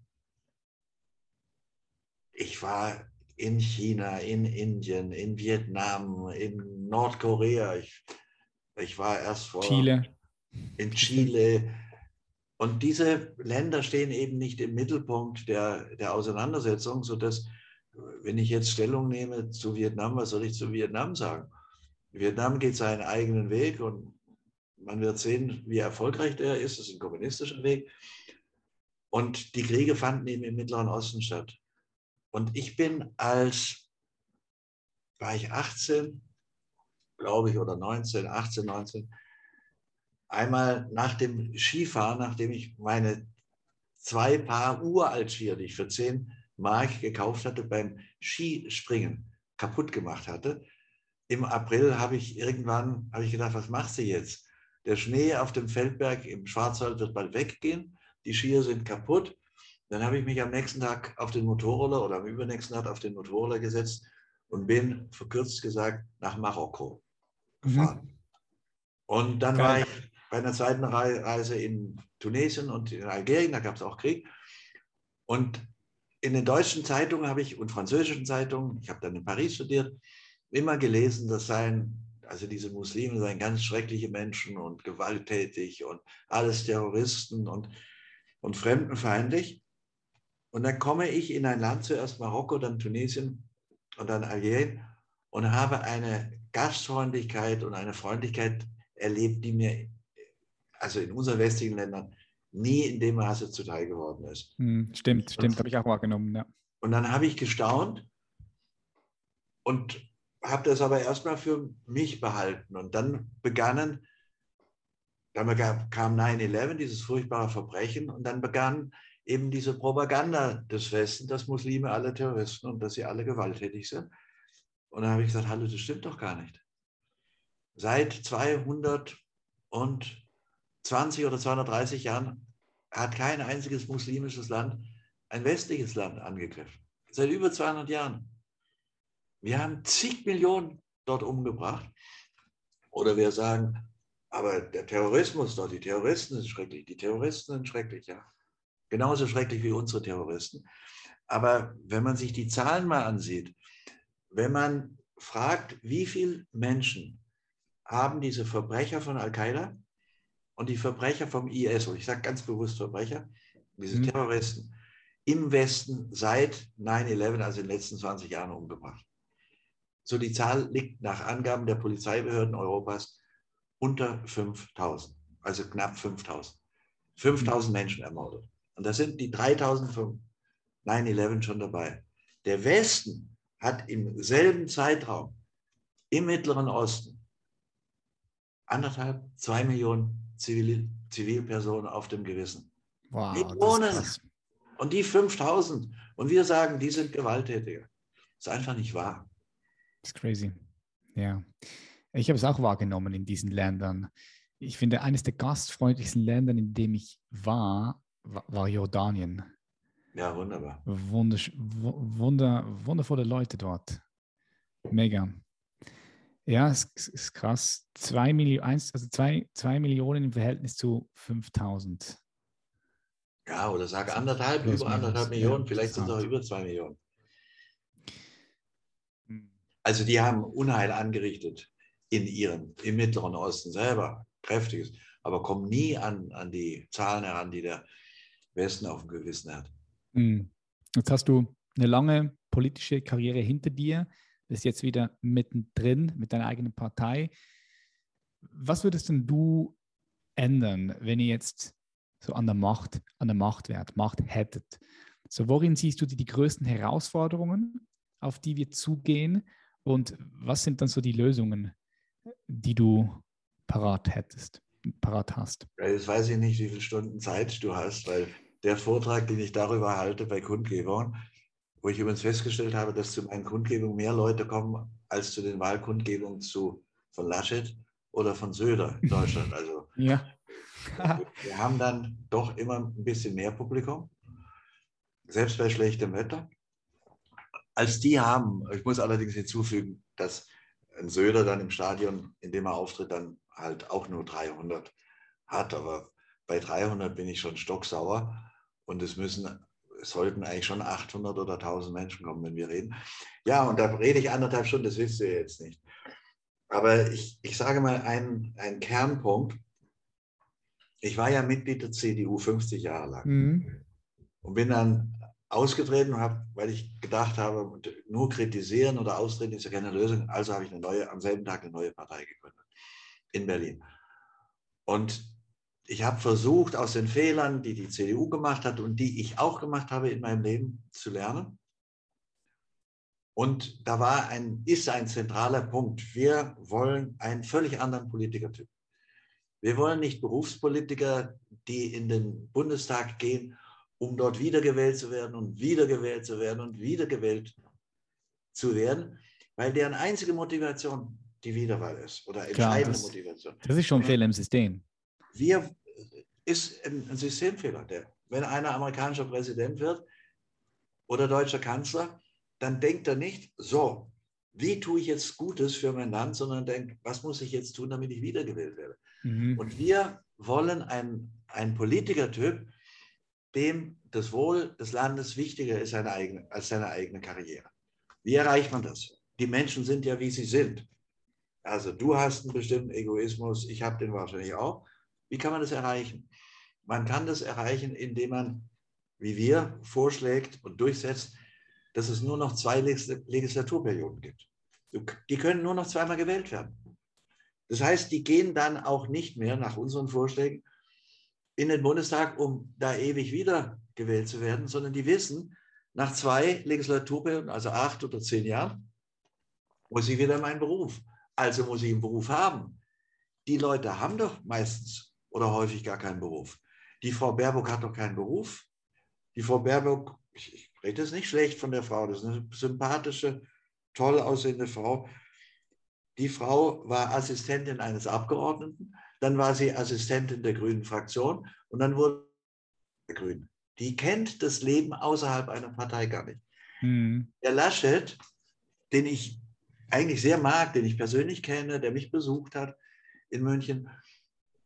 ich war in China, in Indien, in Vietnam, in Nordkorea. Ich, ich war erst vor Chile. in Chile. Und diese Länder stehen eben nicht im Mittelpunkt der, der Auseinandersetzung, sodass, wenn ich jetzt Stellung nehme zu Vietnam, was soll ich zu Vietnam sagen? Vietnam geht seinen eigenen Weg und man wird sehen, wie erfolgreich der ist. Das ist ein kommunistischer Weg. Und die Kriege fanden eben im Mittleren Osten statt. Und ich bin als, war ich achtzehn, glaube ich, oder neunzehn, achtzehn, neunzehn, einmal nach dem Skifahren, nachdem ich meine zwei Paar Uralt-Skier, die ich für zehn Mark gekauft hatte, beim Skispringen kaputt gemacht hatte. Im April habe ich irgendwann, habe ich gedacht, was machst du jetzt? Der Schnee auf dem Feldberg im Schwarzwald wird bald weggehen, die Skier sind kaputt. Dann habe ich mich am nächsten Tag auf den Motorroller oder am übernächsten Tag auf den Motorroller gesetzt und bin, verkürzt gesagt, nach Marokko gefahren. Mhm. Und dann Geil. war ich bei einer zweiten Reise in Tunesien und in Algerien, da gab es auch Krieg. Und in den deutschen Zeitungen habe ich und französischen Zeitungen, ich habe dann in Paris studiert, immer gelesen, das seien, also diese Muslime seien ganz schreckliche Menschen und gewalttätig und alles Terroristen und, und fremdenfeindlich. Und dann komme ich in ein Land, zuerst Marokko, dann Tunesien und dann Algerien und habe eine Gastfreundlichkeit und eine Freundlichkeit erlebt, die mir also in unseren westlichen Ländern nie in dem Maße zuteil geworden ist. Stimmt, stimmt, habe ich auch wahrgenommen. Ja. Und dann habe ich gestaunt und habe das aber erstmal für mich behalten. Und dann begannen, dann kam neun elf, dieses furchtbare Verbrechen, und dann begann eben diese Propaganda des Westens, dass Muslime alle Terroristen und dass sie alle gewalttätig sind. Und dann habe ich gesagt, hallo, das stimmt doch gar nicht. Seit zweihundertzwanzig oder zweihundertdreißig Jahren hat kein einziges muslimisches Land ein westliches Land angegriffen. Seit über zweihundert Jahren. Wir haben zig Millionen dort umgebracht. Oder wir sagen, Aber der Terrorismus dort, die Terroristen sind schrecklich, die Terroristen sind schrecklich, ja. Genauso schrecklich wie unsere Terroristen. Aber wenn man sich die Zahlen mal ansieht, wenn man fragt, wie viele Menschen haben diese Verbrecher von Al-Qaida und die Verbrecher vom I S, und ich sage ganz bewusst Verbrecher, diese Mhm. Terroristen, im Westen seit neun elf, also in den letzten zwanzig Jahren umgebracht. So, die Zahl liegt nach Angaben der Polizeibehörden Europas unter fünftausend, also knapp fünftausend. fünftausend Menschen ermordet. Und da sind die dreitausend von neun elf schon dabei. Der Westen hat im selben Zeitraum im Mittleren Osten anderthalb, zwei Millionen Zivil Zivilpersonen auf dem Gewissen. Wow, das ist Millionen. krass. Und die fünftausend. Und wir sagen, die sind Gewalttätiger. Das ist einfach nicht wahr. Das ist crazy. Ja. Ich habe es auch wahrgenommen in diesen Ländern. Ich finde, eines der gastfreundlichsten Länder, in dem ich war, war Jordanien. Ja, wunderbar. Wundersch wunder, wundervolle Leute dort. Mega. Ja, es ist krass. Zwei, Milli eins, also zwei, zwei Millionen im Verhältnis zu fünftausend. Ja, oder sag anderthalb, Plus, über minus. anderthalb Millionen, Ja, vielleicht sind es auch interessant. über zwei Millionen. Hm. Also die haben Unheil angerichtet in ihrem, im Mittleren Osten selber, kräftiges, aber kommen nie an, an die Zahlen heran, die der Westen auf dem Gewissen hat. Hm. Jetzt hast du eine lange politische Karriere hinter dir, bist jetzt wieder mittendrin mit deiner eigenen Partei. Was würdest denn du ändern, wenn ihr jetzt so an der Macht, an der Macht wärt, Macht hättet? So, worin siehst du die, die größten Herausforderungen, auf die wir zugehen? Und was sind dann so die Lösungen, die du parat hättest, parat hast? Jetzt weiß ich nicht, wie viele Stunden Zeit du hast, weil der Vortrag, den ich darüber halte bei Kundgebern, wo ich übrigens festgestellt habe, dass zu meinen Kundgebungen mehr Leute kommen als zu den Wahlkundgebungen zu, von Laschet oder von Söder in Deutschland. Also Ja. wir haben dann doch immer ein bisschen mehr Publikum, selbst bei schlechtem Wetter, als die haben. Ich muss allerdings hinzufügen, dass ein Söder dann im Stadion, in dem er auftritt, dann halt auch nur dreihundert hat. Aber bei dreihundert bin ich schon stocksauer und es müssen, es sollten eigentlich schon achthundert oder tausend Menschen kommen, wenn wir reden. Ja, und da rede ich anderthalb Stunden, das wisst ihr jetzt nicht. Aber ich, ich sage mal einen, einen Kernpunkt. Ich war ja Mitglied der C D U fünfzig Jahre lang Mhm. und bin dann ausgetreten, habe, weil ich gedacht habe, nur kritisieren oder austreten ist ja keine Lösung. Also habe ich eine neue, am selben Tag eine neue Partei gegründet in Berlin. Und ich habe versucht, aus den Fehlern, die die C D U gemacht hat und die ich auch gemacht habe in meinem Leben, zu lernen. Und da war ein, ist ein zentraler Punkt. Wir wollen einen völlig anderen Politikertyp. Wir wollen nicht Berufspolitiker, die in den Bundestag gehen, um dort wiedergewählt zu werden und wiedergewählt zu werden und wiedergewählt zu werden, weil deren einzige Motivation die Wiederwahl ist oder Klar, entscheidende das, Motivation. das ist schon ein Fehler im System. Wir ist ein Systemfehler. Der, wenn einer amerikanischer Präsident wird oder deutscher Kanzler, dann denkt er nicht, so, wie tue ich jetzt Gutes für mein Land, sondern denkt, was muss ich jetzt tun, damit ich wiedergewählt werde. Mhm. Und wir wollen einen, einen Politikertyp, dem das Wohl des Landes wichtiger ist seine eigene, als seine eigene Karriere. Wie erreicht man das? Die Menschen sind ja, wie sie sind. Also du hast einen bestimmten Egoismus, ich habe den wahrscheinlich auch. Wie kann man das erreichen? Man kann das erreichen, indem man, wie wir, vorschlägt und durchsetzt, dass es nur noch zwei Legislaturperioden gibt. Die können nur noch zweimal gewählt werden. Das heißt, die gehen dann auch nicht mehr nach unseren Vorschlägen in den Bundestag, um da ewig wieder gewählt zu werden, sondern die wissen, nach zwei Legislaturperioden, also acht oder zehn Jahren, muss ich wieder in meinen Beruf. Also muss ich einen Beruf haben. Die Leute haben doch meistens oder häufig gar keinen Beruf. Die Frau Baerbock hat doch keinen Beruf. Die Frau Baerbock, ich, ich rede es nicht schlecht von der Frau, das ist eine sympathische, toll aussehende Frau. Die Frau war Assistentin eines Abgeordneten, dann war sie Assistentin der Grünen Fraktion und dann wurde sie Grün. Die kennt das Leben außerhalb einer Partei gar nicht. Mhm. Der Laschet, den ich eigentlich sehr mag, den ich persönlich kenne, der mich besucht hat in München,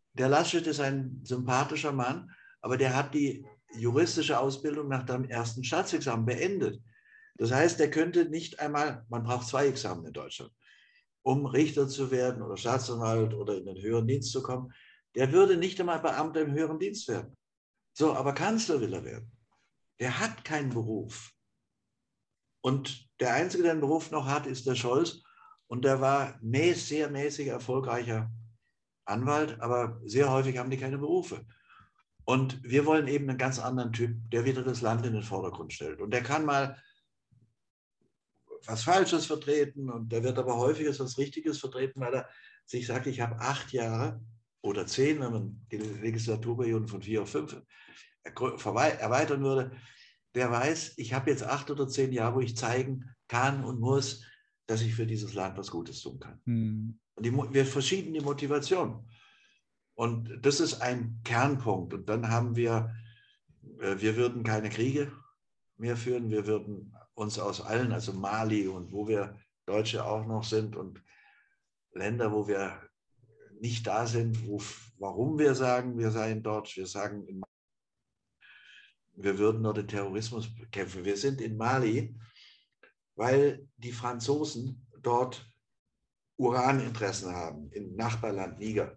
der Laschet ist ein sympathischer Mann, aber der hat die juristische Ausbildung nach dem ersten Staatsexamen beendet. Das heißt, der könnte nicht einmal, man braucht zwei Examen in Deutschland, um Richter zu werden oder Staatsanwalt oder in den höheren Dienst zu kommen. Der würde nicht einmal Beamter im höheren Dienst werden. So, aber Kanzler will er werden. Der hat keinen Beruf. Und der Einzige, der einen Beruf noch hat, ist der Scholz. Und der war mäß, sehr mäßig erfolgreicher Anwalt, aber sehr häufig haben die keine Berufe. Und wir wollen eben einen ganz anderen Typ, der wieder das Land in den Vordergrund stellt. Und der kann mal was Falsches vertreten und der wird aber häufiger was Richtiges vertreten, weil er sich sagt, ich habe acht Jahre oder zehn, wenn man die Legislaturperioden von vier auf fünf erweitern würde, der weiß, ich habe jetzt acht oder zehn Jahre, wo ich zeigen kann und muss, dass ich für dieses Land was Gutes tun kann. Mhm. Und die, wir verschieben die Motivation. Und das ist ein Kernpunkt. Und dann haben wir, wir würden keine Kriege mehr führen, wir würden uns aus allen, also Mali und wo wir Deutsche auch noch sind und Länder, wo wir nicht da sind, wo, warum wir sagen, wir seien dort, wir sagen, in, wir würden dort den Terrorismus bekämpfen. Wir sind in Mali, weil die Franzosen dort Uraninteressen haben, im Nachbarland Niger.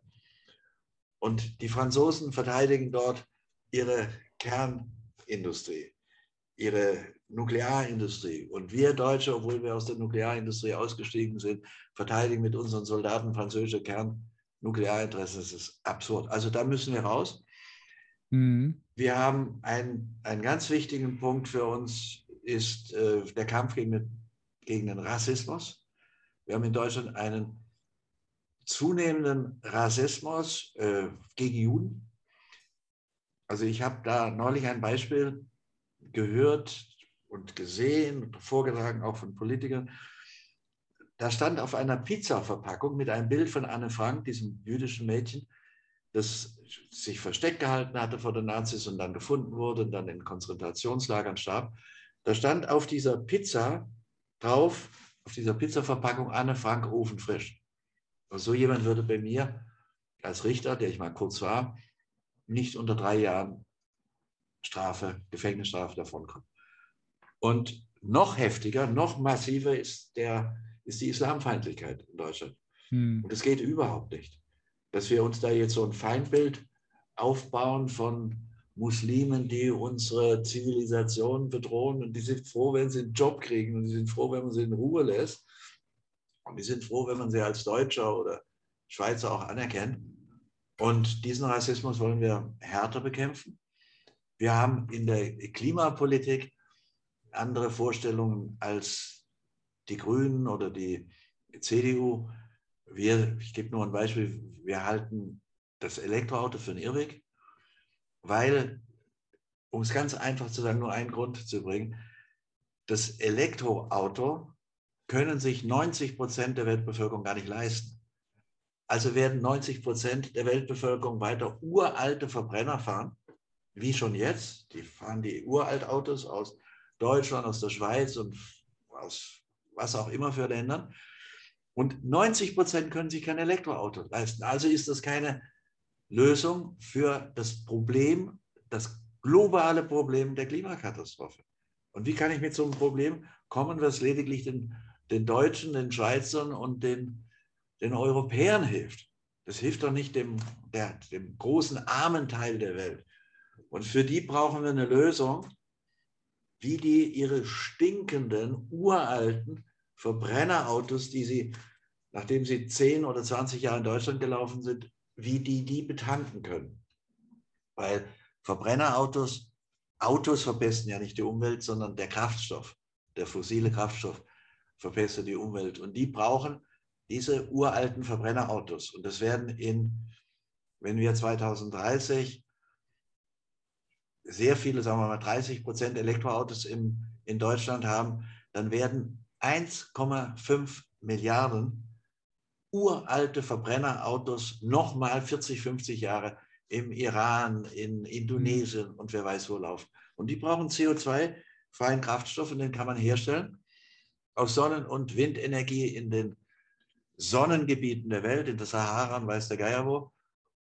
Und die Franzosen verteidigen dort ihre Kernindustrie, ihre Nuklearindustrie. Und wir Deutsche, obwohl wir aus der Nuklearindustrie ausgestiegen sind, verteidigen mit unseren Soldaten französische Kernnuklearinteressen. Das ist absurd. Also da müssen wir raus. Mhm. Wir haben einen, einen ganz wichtigen Punkt für uns, ist äh, der Kampf gegen den, gegen den Rassismus. Wir haben in Deutschland einen zunehmenden Rassismus äh, gegen Juden. Also ich habe da neulich ein Beispiel gehört und gesehen und vorgetragen, auch von Politikern. Da stand auf einer Pizza-Verpackung mit einem Bild von Anne Frank, diesem jüdischen Mädchen, das sich versteckt gehalten hatte vor den Nazis und dann gefunden wurde und dann in Konzentrationslagern starb. Da stand auf dieser Pizza drauf, auf dieser Pizza-Verpackung Anne Frank ofenfrisch. So jemand würde bei mir als Richter, der ich mal kurz war, nicht unter drei Jahren Strafe, Gefängnisstrafe davonkommen. Und noch heftiger, noch massiver ist, der, ist die Islamfeindlichkeit in Deutschland. Hm. Und es geht überhaupt nicht, dass wir uns da jetzt so ein Feindbild aufbauen von Muslimen, die unsere Zivilisation bedrohen und die sind froh, wenn sie einen Job kriegen und die sind froh, wenn man sie in Ruhe lässt. Und die sind froh, wenn man sie als Deutscher oder Schweizer auch anerkennt. Und diesen Rassismus wollen wir härter bekämpfen. Wir haben in der Klimapolitik andere Vorstellungen als die Grünen oder die C D U. Wir, ich gebe nur ein Beispiel, wir halten das Elektroauto für einen Irrweg, weil, um es ganz einfach zu sagen, nur einen Grund zu bringen, das Elektroauto können sich neunzig Prozent der Weltbevölkerung gar nicht leisten. Also werden neunzig Prozent der Weltbevölkerung weiter uralte Verbrenner fahren, wie schon jetzt. Die fahren die Uraltautos aus Deutschland, aus der Schweiz und aus was auch immer für Ländern. Und neunzig Prozent können sich kein Elektroauto leisten. Also ist das keine Lösung für das Problem, das globale Problem der Klimakatastrophe. Und wie kann ich mit so einem Problem kommen, was lediglich den, den Deutschen, den Schweizern und den, den Europäern hilft? Das hilft doch nicht dem, der, dem großen armen Teil der Welt. Und für die brauchen wir eine Lösung, wie die ihre stinkenden, uralten Verbrennerautos, die sie, nachdem sie zehn oder zwanzig Jahre in Deutschland gelaufen sind, wie die die betanken können. Weil Verbrennerautos, Autos verpesten ja nicht die Umwelt, sondern der Kraftstoff, der fossile Kraftstoff verpestet die Umwelt. Und die brauchen diese uralten Verbrennerautos. Und das werden in, wenn wir zweitausenddreißig sehr viele, sagen wir mal dreißig Prozent Elektroautos in, in Deutschland haben, dann werden eins Komma fünf Milliarden uralte Verbrennerautos nochmal vierzig, fünfzig Jahre im Iran, in Indonesien und wer weiß wo laufen. Und die brauchen C O zwei freien Kraftstoff und den kann man herstellen aus Sonnen- und Windenergie in den Sonnengebieten der Welt, in der Sahara und weiß der Geier wo.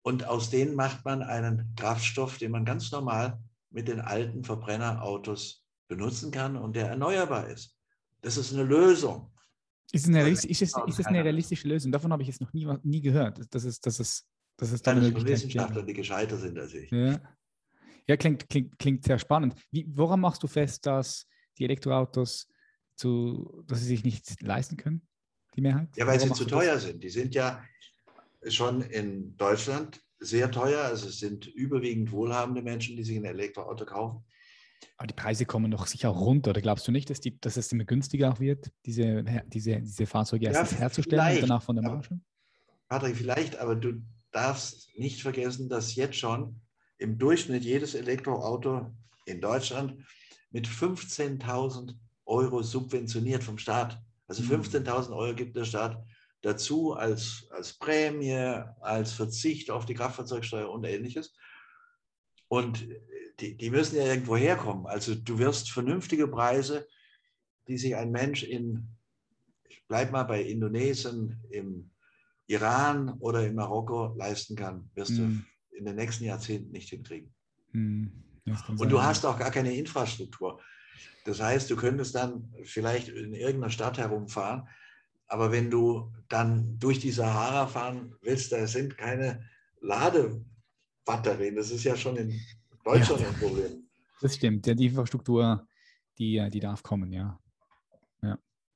Und aus denen macht man einen Kraftstoff, den man ganz normal mit den alten Verbrennerautos benutzen kann und der erneuerbar ist. Das ist eine Lösung. Ist es eine, ist es, ist es eine realistische Lösung? Davon habe ich jetzt noch nie, nie gehört. Das ist, das ist, das ist da eine Möglichkeit. Wissenschaftler, die gescheiter sind als ich. Ja, ja klingt, klingt, klingt sehr spannend. Wie, woran machst du fest, dass die Elektroautos, zu, dass sie sich nicht leisten können, die Mehrheit? Ja, weil woran sie zu teuer das? sind. Die sind ja schon in Deutschland sehr teuer. Also es sind überwiegend wohlhabende Menschen, die sich ein Elektroauto kaufen. Aber die Preise kommen doch sicher auch runter. Oder glaubst du nicht, dass, die, dass es immer günstiger auch wird, diese, diese, diese Fahrzeuge ja, erstens herzustellen und danach von der Marge? Patrick, vielleicht, aber du darfst nicht vergessen, dass jetzt schon im Durchschnitt jedes Elektroauto in Deutschland mit fünfzehntausend Euro subventioniert vom Staat. Also fünfzehntausend Euro gibt der Staat dazu als, als Prämie, als Verzicht auf die Kraftfahrzeugsteuer und Ähnliches. Und die, die müssen ja irgendwo herkommen. Also du wirst vernünftige Preise, die sich ein Mensch in, ich bleibe mal bei Indonesien, im Iran oder in Marokko leisten kann, wirst mm. du in den nächsten Jahrzehnten nicht hinkriegen. Mm. Und sein, du hast auch gar keine Infrastruktur. Das heißt, du könntest dann vielleicht in irgendeiner Stadt herumfahren, aber wenn du dann durch die Sahara fahren willst, da sind keine Ladebatterien. Das ist ja schon in Deutschland ja, ein Problem. Das stimmt. Ja, die Infrastruktur, die, die darf kommen, ja. ja.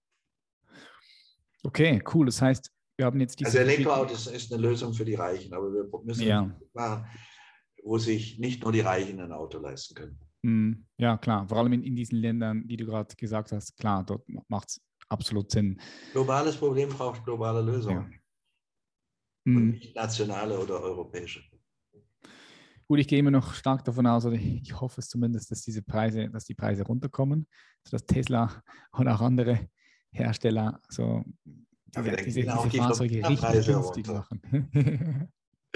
Okay, cool. Das heißt, wir haben jetzt diese... Also Elektroautos ist eine Lösung für die Reichen, aber wir müssen ja. machen, wo sich nicht nur die Reichen ein Auto leisten können. Ja, klar. Vor allem in, in diesen Ländern, die du gerade gesagt hast, klar, dort macht es absolut Sinn. Globales Problem braucht globale Lösungen. Ja. Und nicht nationale oder europäische. Gut, ich gehe immer noch stark davon aus, oder ich hoffe es zumindest, dass diese Preise, dass die Preise runterkommen, sodass Tesla und auch andere Hersteller so diese, ja, diese, diese die Fahrzeuge richtig günstig machen.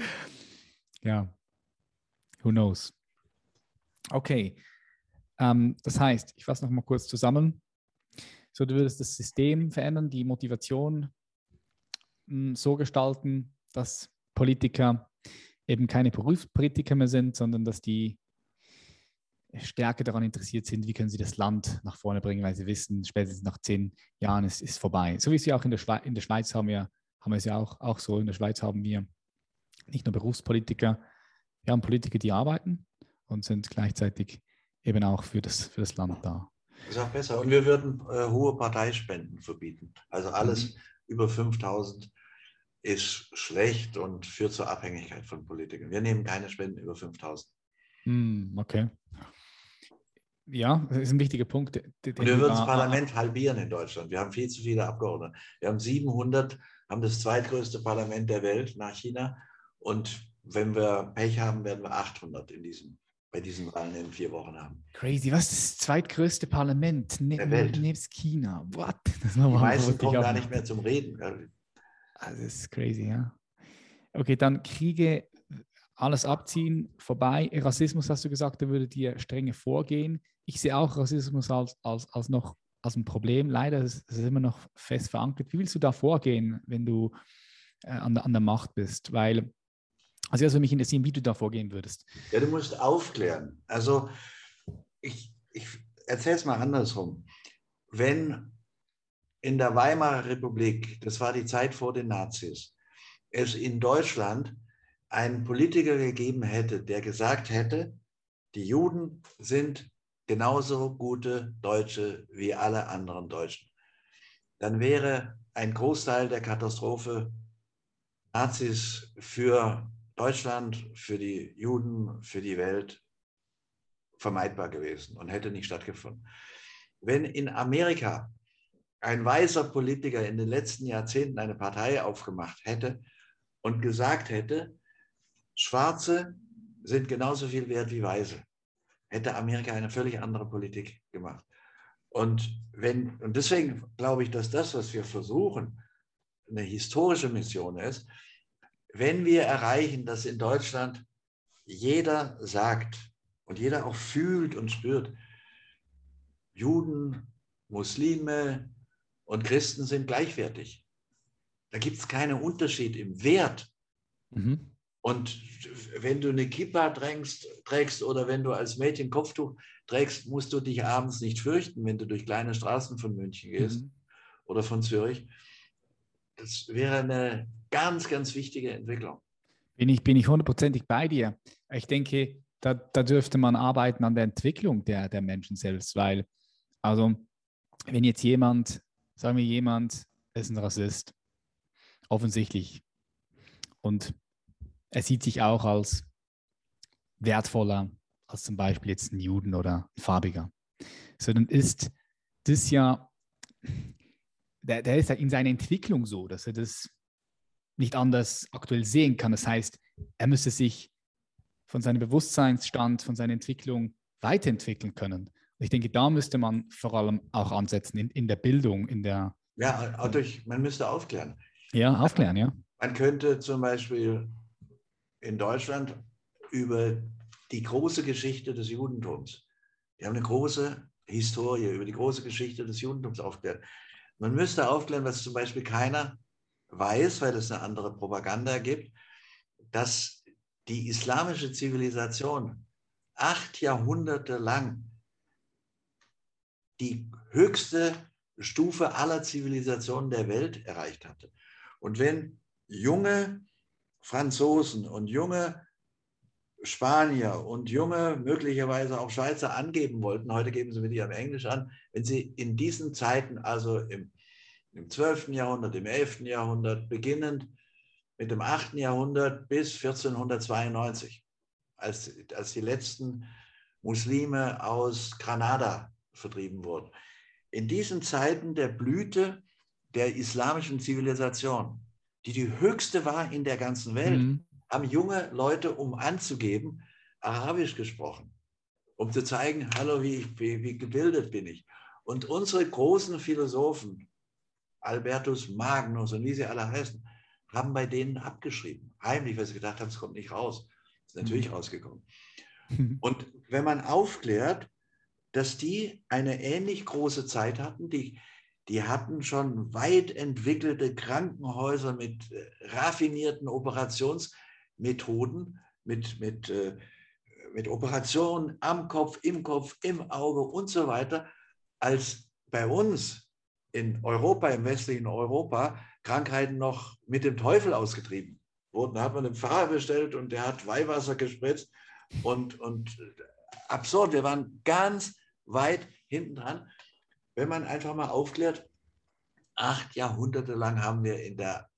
Ja, who knows. Okay, ähm, das heißt, ich fasse noch mal kurz zusammen. So, du würdest das System verändern, die Motivation mh, so gestalten, dass Politiker eben keine Berufspolitiker mehr sind, sondern dass die stärker daran interessiert sind, wie können sie das Land nach vorne bringen, weil sie wissen, spätestens nach zehn Jahren ist es vorbei. So wie es ja auch in der Schweiz, in der Schweiz haben wir, haben wir es ja auch, auch so. In der Schweiz haben wir nicht nur Berufspolitiker, wir haben Politiker, die arbeiten und sind gleichzeitig eben auch für das, für das Land da. Das ist auch besser. Und wir würden äh, hohe Parteispenden verbieten. Also alles mhm. über fünftausend ist schlecht und führt zur Abhängigkeit von Politikern. Wir nehmen keine Spenden über fünftausend. Mm, okay. Ja, das ist ein wichtiger Punkt. Den und wir würden das Parlament halbieren in Deutschland. Wir haben viel zu viele Abgeordnete. Wir haben siebenhundert, haben das zweitgrößte Parlament der Welt nach China. Und wenn wir Pech haben, werden wir achthundert in diesem, bei diesen Wahlen in vier Wochen haben. Crazy. Was ist das zweitgrößte Parlament ne- der Welt? Nebst China. What? Das Die meisten kommen gar nicht mehr zum Reden. Das ist crazy, ja. Okay, dann Kriege, alles abziehen, vorbei. Rassismus, hast du gesagt, da würdet ihr strenge vorgehen. Ich sehe auch Rassismus als, als, als noch als ein Problem. Leider ist es immer noch fest verankert. Wie willst du da vorgehen, wenn du äh, an, der, an der Macht bist? Weil, also das würde mich interessieren, wie du da vorgehen würdest. Ja, du musst aufklären. Also ich, ich erzähle es mal andersrum. Wenn in der Weimarer Republik, das war die Zeit vor den Nazis, es in Deutschland einen Politiker gegeben hätte, der gesagt hätte, die Juden sind genauso gute Deutsche wie alle anderen Deutschen, dann wäre ein Großteil der Katastrophe Nazis für Deutschland, für die Juden, für die Welt vermeidbar gewesen und hätte nicht stattgefunden. Wenn in Amerika ein weißer Politiker in den letzten Jahrzehnten eine Partei aufgemacht hätte und gesagt hätte, Schwarze sind genauso viel wert wie Weiße, hätte Amerika eine völlig andere Politik gemacht. Und, wenn, und deswegen glaube ich, dass das, was wir versuchen, eine historische Mission ist, wenn wir erreichen, dass in Deutschland jeder sagt und jeder auch fühlt und spürt, Juden, Muslime und Christen sind gleichwertig. Da gibt es keinen Unterschied im Wert. Mhm. Und wenn du eine Kippa trägst, trägst oder wenn du als Mädchen Kopftuch trägst, musst du dich abends nicht fürchten, wenn du durch kleine Straßen von München gehst mhm. oder von Zürich. Das wäre eine ganz, ganz wichtige Entwicklung. Bin ich, bin ich hundertprozentig bei dir. Ich denke, da, da dürfte man arbeiten an der Entwicklung der, der Menschen selbst, weil, also, wenn jetzt jemand, sagen wir jemand, ist ein Rassist, offensichtlich, und er sieht sich auch als wertvoller als zum Beispiel jetzt ein Juden oder ein Farbiger, sondern ist das ja, der, der ist ja in seiner Entwicklung so, dass er das nicht anders aktuell sehen kann. Das heißt, er müsste sich von seinem Bewusstseinsstand, von seiner Entwicklung weiterentwickeln können. Und ich denke, da müsste man vor allem auch ansetzen, in, in der Bildung, in der... Ja, auch durch, man müsste aufklären. Ja, aufklären, ja. Man könnte zum Beispiel in Deutschland über die große Geschichte des Judentums, wir haben eine große Historie über die große Geschichte des Judentums aufklären. Man müsste aufklären, was zum Beispiel keiner weiß, weil es eine andere Propaganda gibt, dass die islamische Zivilisation acht Jahrhunderte lang die höchste Stufe aller Zivilisationen der Welt erreicht hatte. Und wenn junge Franzosen und junge Spanier und junge, möglicherweise auch Schweizer angeben wollten, heute geben sie mit ihrem Englisch an, wenn sie in diesen Zeiten, also im, im zwölften Jahrhundert, im elften Jahrhundert, beginnend mit dem achten Jahrhundert bis vierzehnhundertzweiundneunzig, als, als die letzten Muslime aus Granada vertrieben wurden. In diesen Zeiten der Blüte der islamischen Zivilisation, die die höchste war in der ganzen Welt, mhm. haben junge Leute, um anzugeben, Arabisch gesprochen, um zu zeigen, hallo, wie, ich, wie, wie gebildet bin ich. Und unsere großen Philosophen, Albertus Magnus und wie sie alle heißen, haben bei denen abgeschrieben. Heimlich, weil sie gedacht haben, es kommt nicht raus. Ist natürlich mhm. rausgekommen. Mhm. Und wenn man aufklärt, dass die eine ähnlich große Zeit hatten, die, die hatten schon weit entwickelte Krankenhäuser mit äh, raffinierten Operationsmethoden, mit, mit, äh, mit Operationen am Kopf, im Kopf, im Auge und so weiter, als bei uns in Europa, im westlichen Europa, Krankheiten noch mit dem Teufel ausgetrieben wurden. Da hat man einen Pfarrer bestellt und der hat Weihwasser gespritzt und, und absurd. Wir waren ganz weit hinten dran. Wenn man einfach mal aufklärt, acht Jahrhunderte lang haben wir in der,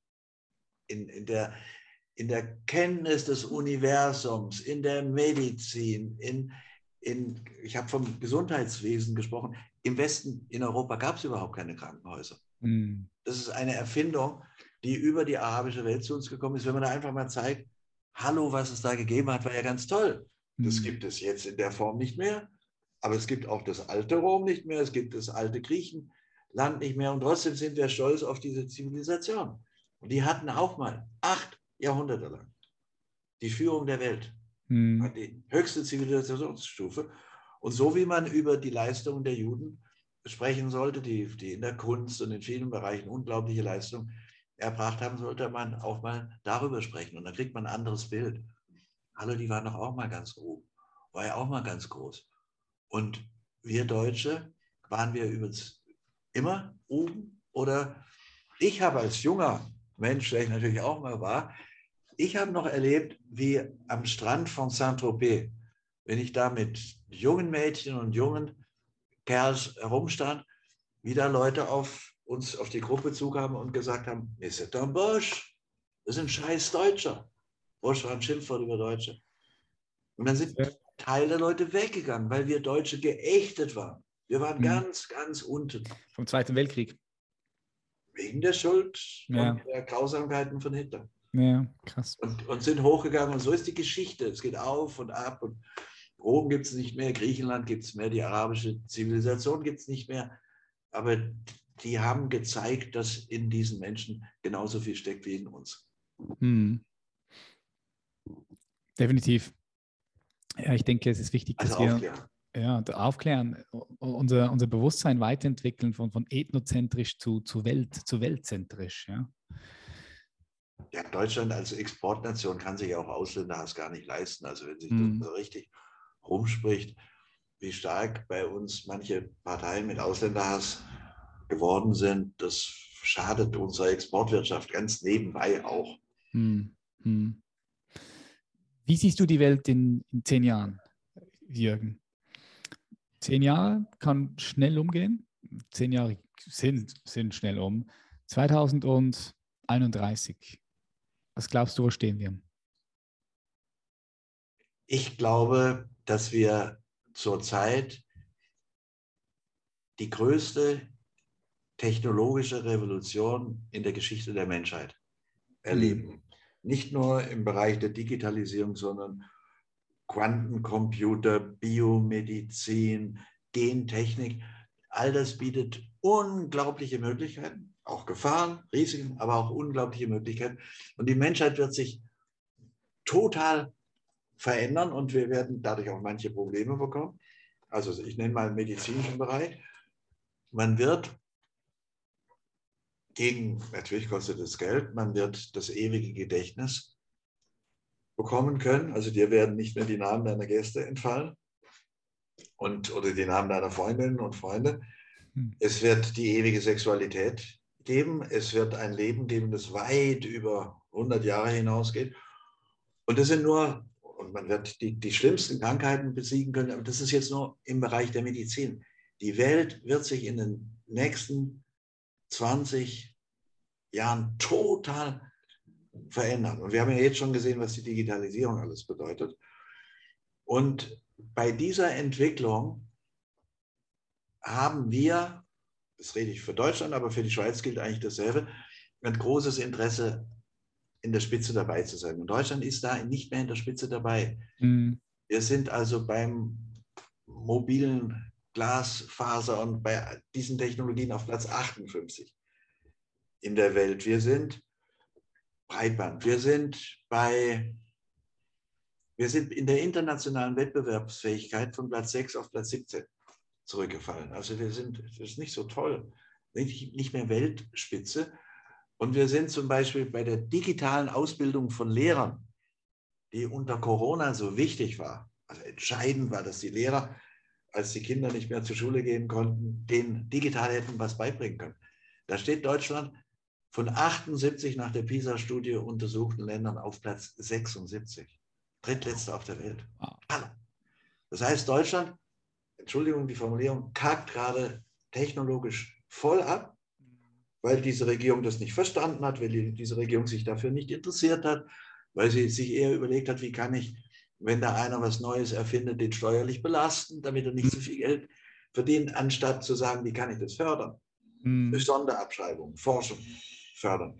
in, in der, in der Kenntnis des Universums, in der Medizin, in, in, ich habe vom Gesundheitswesen gesprochen, im Westen, in Europa gab es überhaupt keine Krankenhäuser. Mhm. Das ist eine Erfindung, die über die arabische Welt zu uns gekommen ist. Wenn man da einfach mal zeigt, hallo, was es da gegeben hat, war ja ganz toll. Das mhm. gibt es jetzt in der Form nicht mehr. Aber es gibt auch das alte Rom nicht mehr, es gibt das alte Griechenland nicht mehr. Und trotzdem sind wir stolz auf diese Zivilisation. Und die hatten auch mal acht Jahrhunderte lang die Führung der Welt. Mhm. Die höchste Zivilisationsstufe. Und so wie man über die Leistungen der Juden sprechen sollte, die, die in der Kunst und in vielen Bereichen unglaubliche Leistungen erbracht haben, sollte man auch mal darüber sprechen. Und dann kriegt man ein anderes Bild. Hallo, die waren doch auch mal ganz oben. War ja auch mal ganz groß. Und wir Deutsche, waren wir übrigens immer oben? Oder ich habe als junger Mensch, der ich natürlich auch mal war, ich habe noch erlebt, wie am Strand von Saint-Tropez, wenn ich da mit jungen Mädchen und jungen Kerls herumstand, wie da Leute auf uns, auf die Gruppe zukamen und gesagt haben, mais c'est un Bosch, das ist ein scheiß Deutscher. Bosch war ein Schimpfwort über Deutsche. Und dann sind Teile der Leute weggegangen, weil wir Deutsche geächtet waren. Wir waren mhm. ganz, ganz unten. Vom Zweiten Weltkrieg. Wegen der Schuld ja. und der Grausamkeiten von Hitler. Ja, krass. Und, und sind hochgegangen und so ist die Geschichte. Es geht auf und ab und Rom gibt es nicht mehr, Griechenland gibt es mehr, die arabische Zivilisation gibt es nicht mehr. Aber die haben gezeigt, dass in diesen Menschen genauso viel steckt wie in uns. Mhm. Definitiv. Ja, ich denke, es ist wichtig, dass also wir aufklären. Ja, aufklären, unser, unser Bewusstsein weiterentwickeln von, von ethnozentrisch zu, zu, Welt, zu weltzentrisch. Ja. Ja, Deutschland als Exportnation kann sich auch Ausländerhass gar nicht leisten. Also wenn sich Hm. das so richtig rumspricht, wie stark bei uns manche Parteien mit Ausländerhass geworden sind, das schadet unserer Exportwirtschaft ganz nebenbei auch. Hm. Hm. Wie siehst du die Welt in, in zehn Jahren, Jürgen? Zehn Jahre kann schnell umgehen. Zehn Jahre sind, sind schnell um. zweitausendeinunddreißig. Was glaubst du, wo stehen wir? Ich glaube, dass wir zurzeit die größte technologische Revolution in der Geschichte der Menschheit erleben. Hm. Nicht nur im Bereich der Digitalisierung, sondern Quantencomputer, Biomedizin, Gentechnik. All das bietet unglaubliche Möglichkeiten, auch Gefahren, Risiken, aber auch unglaubliche Möglichkeiten. Und die Menschheit wird sich total verändern und wir werden dadurch auch manche Probleme bekommen. Also ich nenne mal den medizinischen Bereich. Man wird gegen, natürlich kostet es Geld, man wird das ewige Gedächtnis bekommen können. Also dir werden nicht mehr die Namen deiner Gäste entfallen und, oder die Namen deiner Freundinnen und Freunde. Hm. Es wird die ewige Sexualität geben. Es wird ein Leben geben, das weit über hundert Jahre hinausgeht. Und das sind nur, und man wird die, die schlimmsten Krankheiten besiegen können, aber das ist jetzt nur im Bereich der Medizin. Die Welt wird sich in den nächsten zwanzig Jahren total verändern. Und wir haben ja jetzt schon gesehen, was die Digitalisierung alles bedeutet. Und bei dieser Entwicklung haben wir, das rede ich für Deutschland, aber für die Schweiz gilt eigentlich dasselbe, ein großes Interesse, in der Spitze dabei zu sein. Und Deutschland ist da nicht mehr in der Spitze dabei. Hm. Wir sind also beim mobilen Glasfaser und bei diesen Technologien auf Platz achtundfünfzig in der Welt. Wir sind Breitband. Wir sind bei, wir sind in der internationalen Wettbewerbsfähigkeit von Platz sechs auf Platz siebzehn zurückgefallen. Also wir sind, das ist nicht so toll, nicht, nicht mehr Weltspitze. Und wir sind zum Beispiel bei der digitalen Ausbildung von Lehrern, die unter Corona so wichtig war. Also entscheidend war, dass die Lehrer, als die Kinder nicht mehr zur Schule gehen konnten, denen digital hätten was beibringen können. Da steht Deutschland von achtundsiebzig nach der PISA-Studie untersuchten Ländern auf Platz sechsundsiebzig. Drittletzter auf der Welt. Hallo. Das heißt, Deutschland, Entschuldigung die Formulierung, kackt gerade technologisch voll ab, weil diese Regierung das nicht verstanden hat, weil diese Regierung sich dafür nicht interessiert hat, weil sie sich eher überlegt hat, wie kann ich, wenn da einer was Neues erfindet, den steuerlich belasten, damit er nicht so viel Geld verdient, anstatt zu sagen, wie kann ich das fördern? Hm. Durch Sonderabschreibung, Forschung fördern.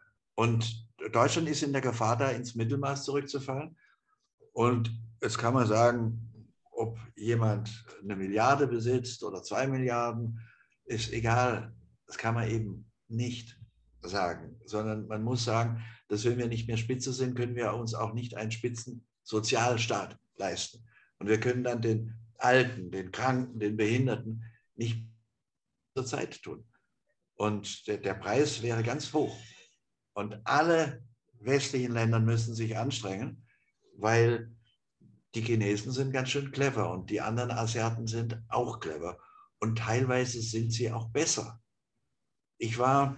Und Deutschland ist in der Gefahr, da ins Mittelmaß zurückzufallen. Und jetzt kann man sagen, ob jemand eine Milliarde besitzt oder zwei Milliarden, ist egal. Das kann man eben nicht sagen, sondern man muss sagen, dass wenn wir nicht mehr Spitze sind, können wir uns auch nicht einen Spitzensozialstaat leisten. Und wir können dann den Alten, den Kranken, den Behinderten nicht zur Zeit tun. Und der, der Preis wäre ganz hoch. Und alle westlichen Länder müssen sich anstrengen, weil die Chinesen sind ganz schön clever und die anderen Asiaten sind auch clever. Und teilweise sind sie auch besser. Ich war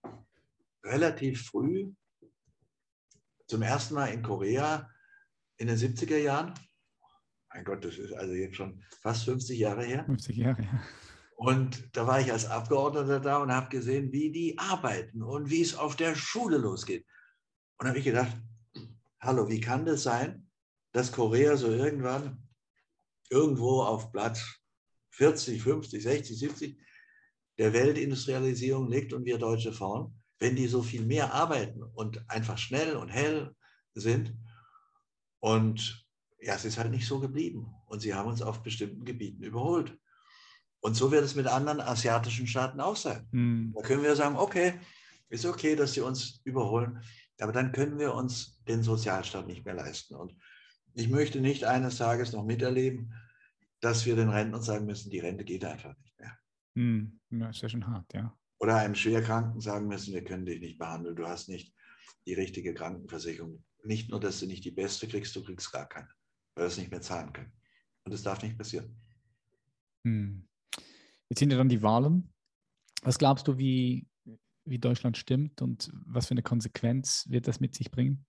relativ früh zum ersten Mal in Korea in den siebziger Jahren. Mein Gott, das ist also jetzt schon fast fünfzig Jahre her. fünfzig Jahre, ja. Und da war ich als Abgeordneter da und habe gesehen, wie die arbeiten und wie es auf der Schule losgeht. Und habe ich gedacht, hallo, wie kann das sein, dass Korea so irgendwann irgendwo auf Platz vierzig, fünfzig, sechzig, siebzig der Weltindustrialisierung liegt und wir Deutsche vorn, wenn die so viel mehr arbeiten und einfach schnell und hell sind. Und ja, es ist halt nicht so geblieben. Und sie haben uns auf bestimmten Gebieten überholt. Und so wird es mit anderen asiatischen Staaten auch sein. Hm. Da können wir sagen, okay, ist okay, dass sie uns überholen, aber dann können wir uns den Sozialstaat nicht mehr leisten. Und ich möchte nicht eines Tages noch miterleben, dass wir den Rentnern sagen müssen, die Rente geht einfach nicht mehr. Hm. Ja, ist ja schon hart, ja. Oder einem Schwerkranken sagen müssen, wir können dich nicht behandeln, du hast nicht die richtige Krankenversicherung. Nicht nur, dass du nicht die beste kriegst, du kriegst gar keine, weil wir es nicht mehr zahlen können. Und das darf nicht passieren. Hm. Jetzt sind ja dann die Wahlen. Was glaubst du, wie, wie Deutschland stimmt und was für eine Konsequenz wird das mit sich bringen?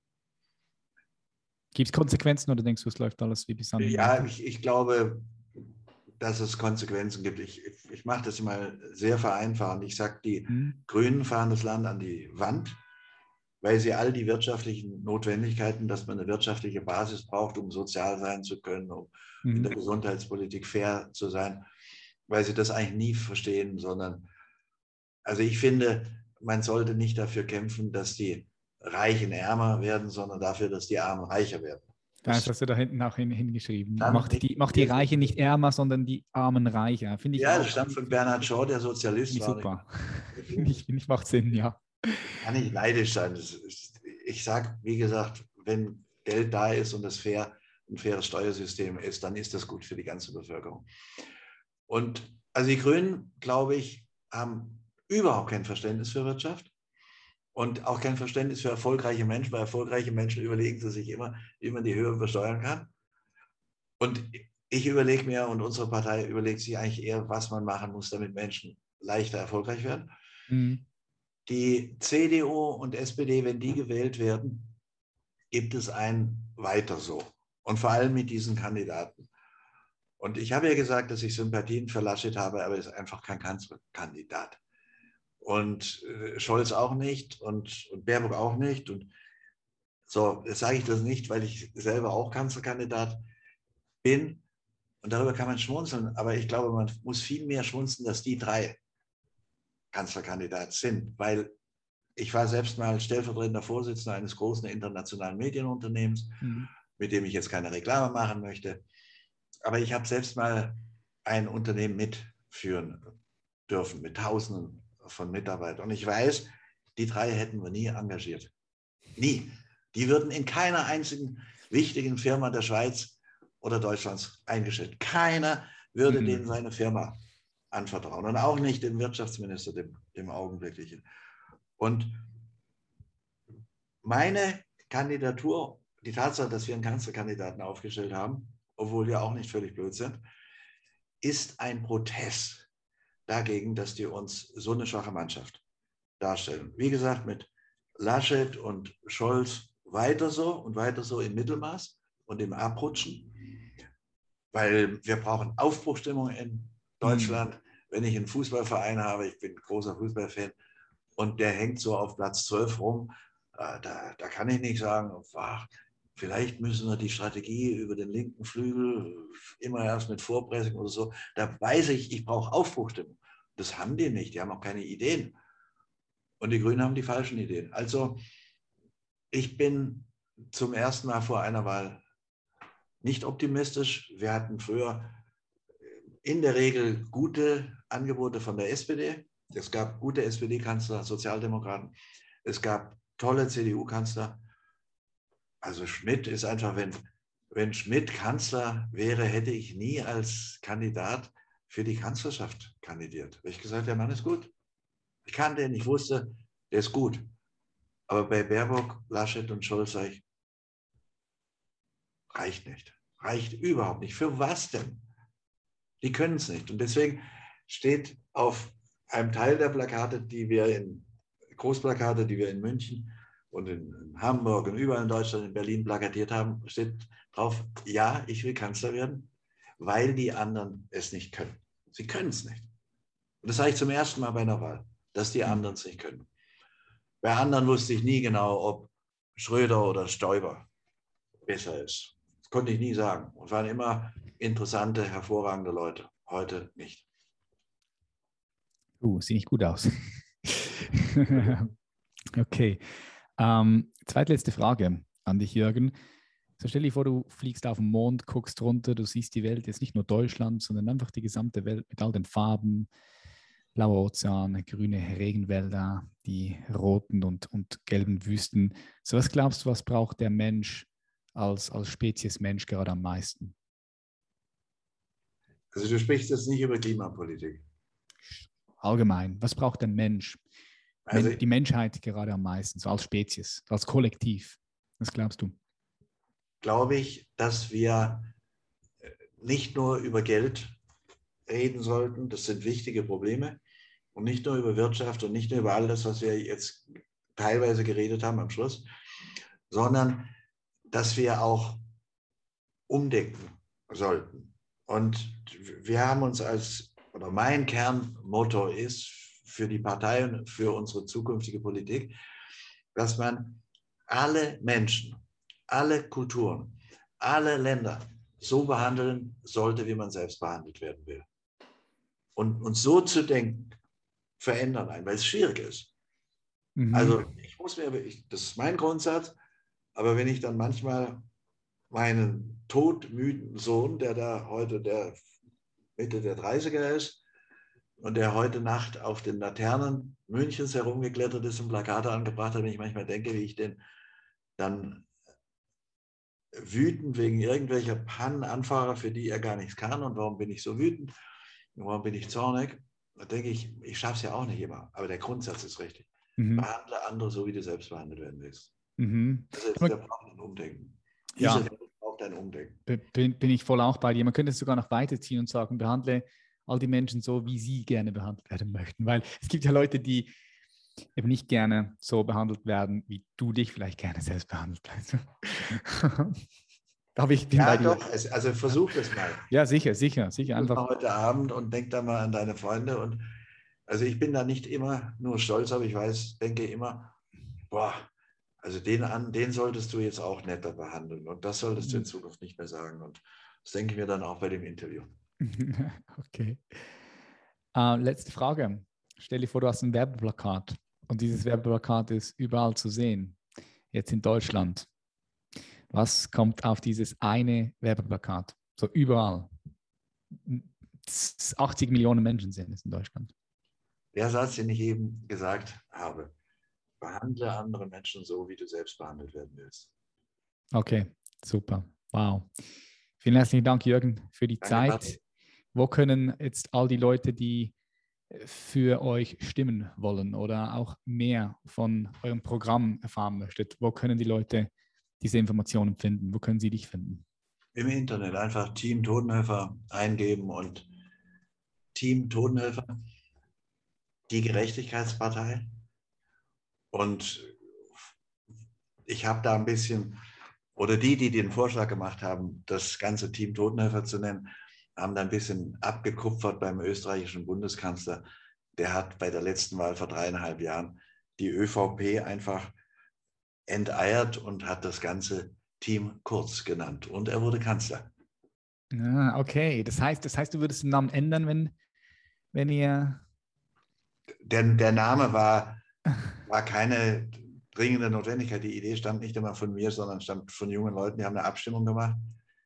Gibt es Konsequenzen oder denkst du, es läuft alles wie bis an? Ja, ich, ich glaube, dass es Konsequenzen gibt. Ich, ich, ich mache das immer sehr vereinfachend. Ich sage, die hm. Grünen fahren das Land an die Wand, weil sie all die wirtschaftlichen Notwendigkeiten, dass man eine wirtschaftliche Basis braucht, um sozial sein zu können, um hm. in der Gesundheitspolitik fair zu sein, weil sie das eigentlich nie verstehen, sondern, also ich finde, man sollte nicht dafür kämpfen, dass die Reichen ärmer werden, sondern dafür, dass die Armen reicher werden. Das, das hast du da hinten auch hin, hingeschrieben. Macht die, macht die Reichen nicht ärmer, sondern die Armen reicher. Finde ich ja, auch, das stammt von Bernhard Shaw, der Sozialist. Finde ich super. Finde ich, find ich macht Sinn, ja. Kann nicht neidisch sein. Ich sage, wie gesagt, wenn Geld da ist und das fair, ein faires Steuersystem ist, dann ist das gut für die ganze Bevölkerung. Und also die Grünen, glaube ich, haben überhaupt kein Verständnis für Wirtschaft und auch kein Verständnis für erfolgreiche Menschen. Bei erfolgreichen Menschen überlegen sie sich immer, wie man die Höhe besteuern kann. Und ich überlege mir und unsere Partei überlegt sich eigentlich eher, was man machen muss, damit Menschen leichter erfolgreich werden. Mhm. Die C D U und S P D, wenn die gewählt werden, gibt es ein Weiter so. Und vor allem mit diesen Kandidaten. Und ich habe ja gesagt, dass ich Sympathien für Laschet habe, aber er ist einfach kein Kanzlerkandidat. Und Scholz auch nicht und, und Baerbock auch nicht. Und so, jetzt sage ich das nicht, weil ich selber auch Kanzlerkandidat bin. Und darüber kann man schmunzeln. Aber ich glaube, man muss viel mehr schmunzeln, dass die drei Kanzlerkandidat sind. Weil ich war selbst mal stellvertretender Vorsitzender eines großen internationalen Medienunternehmens, mhm. mit dem ich jetzt keine Reklame machen möchte. Aber ich habe selbst mal ein Unternehmen mitführen dürfen mit Tausenden von Mitarbeitern. Und ich weiß, die drei hätten wir nie engagiert. Nie. Die würden in keiner einzigen wichtigen Firma der Schweiz oder Deutschlands eingestellt. Keiner würde mhm. denen seine Firma anvertrauen. Und auch nicht dem Wirtschaftsminister, dem, dem augenblicklichen. Und meine Kandidatur, die Tatsache, dass wir einen Kanzlerkandidaten aufgestellt haben, obwohl wir auch nicht völlig blöd sind, ist ein Protest dagegen, dass die uns so eine schwache Mannschaft darstellen. Wie gesagt, mit Laschet und Scholz weiter so und weiter so im Mittelmaß und im Abrutschen, weil wir brauchen Aufbruchstimmung in Deutschland. Mhm. Wenn ich einen Fußballverein habe, ich bin ein großer Fußballfan, und der hängt so auf Platz zwölf rum, da, da kann ich nicht sagen, ach, vielleicht müssen wir die Strategie über den linken Flügel immer erst mit Vorpressing oder so. Da weiß ich, ich brauche Aufbruchstimmung. Das haben die nicht. Die haben auch keine Ideen. Und die Grünen haben die falschen Ideen. Also ich bin zum ersten Mal vor einer Wahl nicht optimistisch. Wir hatten früher in der Regel gute Angebote von der S P D. Es gab gute S P D-Kanzler, Sozialdemokraten. Es gab tolle C D U-Kanzler. Also Schmidt ist einfach, wenn, wenn Schmidt Kanzler wäre, hätte ich nie als Kandidat für die Kanzlerschaft kandidiert. Weil ich gesagt habe, der Mann ist gut. Ich kannte ihn, ich wusste, der ist gut. Aber bei Baerbock, Laschet und Scholz sage ich, reicht nicht. Reicht überhaupt nicht. Für was denn? Die können es nicht. Und deswegen steht auf einem Teil der Plakate, die wir in Großplakate, die wir in München und in, in Hamburg und überall in Deutschland, in Berlin plakatiert haben, steht drauf, ja, ich will Kanzler werden, weil die anderen es nicht können. Sie können es nicht. Und das sage ich zum ersten Mal bei einer Wahl, dass die anderen es nicht können. Bei anderen wusste ich nie genau, ob Schröder oder Stoiber besser ist. Das konnte ich nie sagen. Und waren immer interessante, hervorragende Leute. Heute nicht. Uh, sieht nicht gut aus. Okay. Ähm, zweitletzte Frage an dich, Jürgen. So stell dir vor, du fliegst auf den Mond, guckst runter, du siehst die Welt, jetzt nicht nur Deutschland, sondern einfach die gesamte Welt mit all den Farben, blauer Ozean, grüne Regenwälder, die roten und, und gelben Wüsten. So, was glaubst du, was braucht der Mensch als, als Spezies Mensch gerade am meisten? Also du sprichst jetzt nicht über Klimapolitik. Allgemein, was braucht der Mensch? Also, die Menschheit gerade am meisten, so als Spezies, als Kollektiv? Was glaubst du? Glaube ich, dass wir nicht nur über Geld reden sollten, das sind wichtige Probleme, und nicht nur über Wirtschaft und nicht nur über all das, was wir jetzt teilweise geredet haben am Schluss, sondern dass wir auch umdenken sollten. Und wir haben uns als, oder mein Kernmotto ist für die Partei und für unsere zukünftige Politik, dass man alle Menschen, alle Kulturen, alle Länder so behandeln sollte, wie man selbst behandelt werden will. Und, und so zu denken, verändern einen, weil es schwierig ist. Mhm. Also ich muss mir, ich, das ist mein Grundsatz, aber wenn ich dann manchmal meinen todmüden Sohn, der da heute der Mitte der dreißiger ist und der heute Nacht auf den Laternen Münchens herumgeklettert ist und Plakate angebracht hat, wenn ich manchmal denke, wie ich den dann wütend wegen irgendwelcher Pannenanfahrer, für die er gar nichts kann, und warum bin ich so wütend und warum bin ich zornig, da denke ich, ich schaffe es ja auch nicht immer, aber der Grundsatz ist richtig. Mhm. Behandle andere so, wie du selbst behandelt werden willst. Mhm. Also jetzt, wir brauchen ein Umdenken. Diese Ja. Welt braucht ein Umdenken. Bin, bin ich voll auch bei dir. Man könnte es sogar noch weiterziehen und sagen, behandle all die Menschen so, wie sie gerne behandelt werden möchten. Weil es gibt ja Leute, die eben nicht gerne so behandelt werden, wie du dich vielleicht gerne selbst behandelt wirst. Aber ich bin ja, bei dir. doch. Also versuch das mal. Ja, sicher, sicher, sicher. Einfach heute Abend und denk da mal an deine Freunde. Und also ich bin da nicht immer nur stolz, aber ich weiß, denke immer, boah, also den an, den solltest du jetzt auch netter behandeln. Und das solltest du in Zukunft nicht mehr sagen. Und das denke ich mir dann auch bei dem Interview. Okay. Uh, letzte Frage. Stell dir vor, du hast ein Werbeplakat und dieses Werbeplakat ist überall zu sehen, jetzt in Deutschland. Was kommt auf dieses eine Werbeplakat? So überall. achtzig Millionen Menschen sind es in Deutschland. Der Satz, den ich eben gesagt habe. Behandle andere Menschen so, wie du selbst behandelt werden willst. Okay, super. Wow. Vielen herzlichen Dank, Jürgen, für die Danke, Zeit. Patrick. Wo können jetzt all die Leute, die für euch stimmen wollen oder auch mehr von eurem Programm erfahren möchtet, wo können die Leute diese Informationen finden? Wo können sie dich finden? Im Internet einfach Team Todenhöfer eingeben und Team Todenhöfer, die Gerechtigkeitspartei. Und ich habe da ein bisschen, oder die, die den Vorschlag gemacht haben, das ganze Team Todenhöfer zu nennen, haben da ein bisschen abgekupfert beim österreichischen Bundeskanzler. Der hat bei der letzten Wahl vor dreieinhalb Jahren die ÖVP einfach enteiert und hat das ganze Team Kurz genannt. Und er wurde Kanzler. Ah, okay. Das heißt, das heißt, du würdest den Namen ändern, wenn, wenn ihr... Denn der Name war, war keine dringende Notwendigkeit. Die Idee stammt nicht immer von mir, sondern stammt von jungen Leuten, die haben eine Abstimmung gemacht.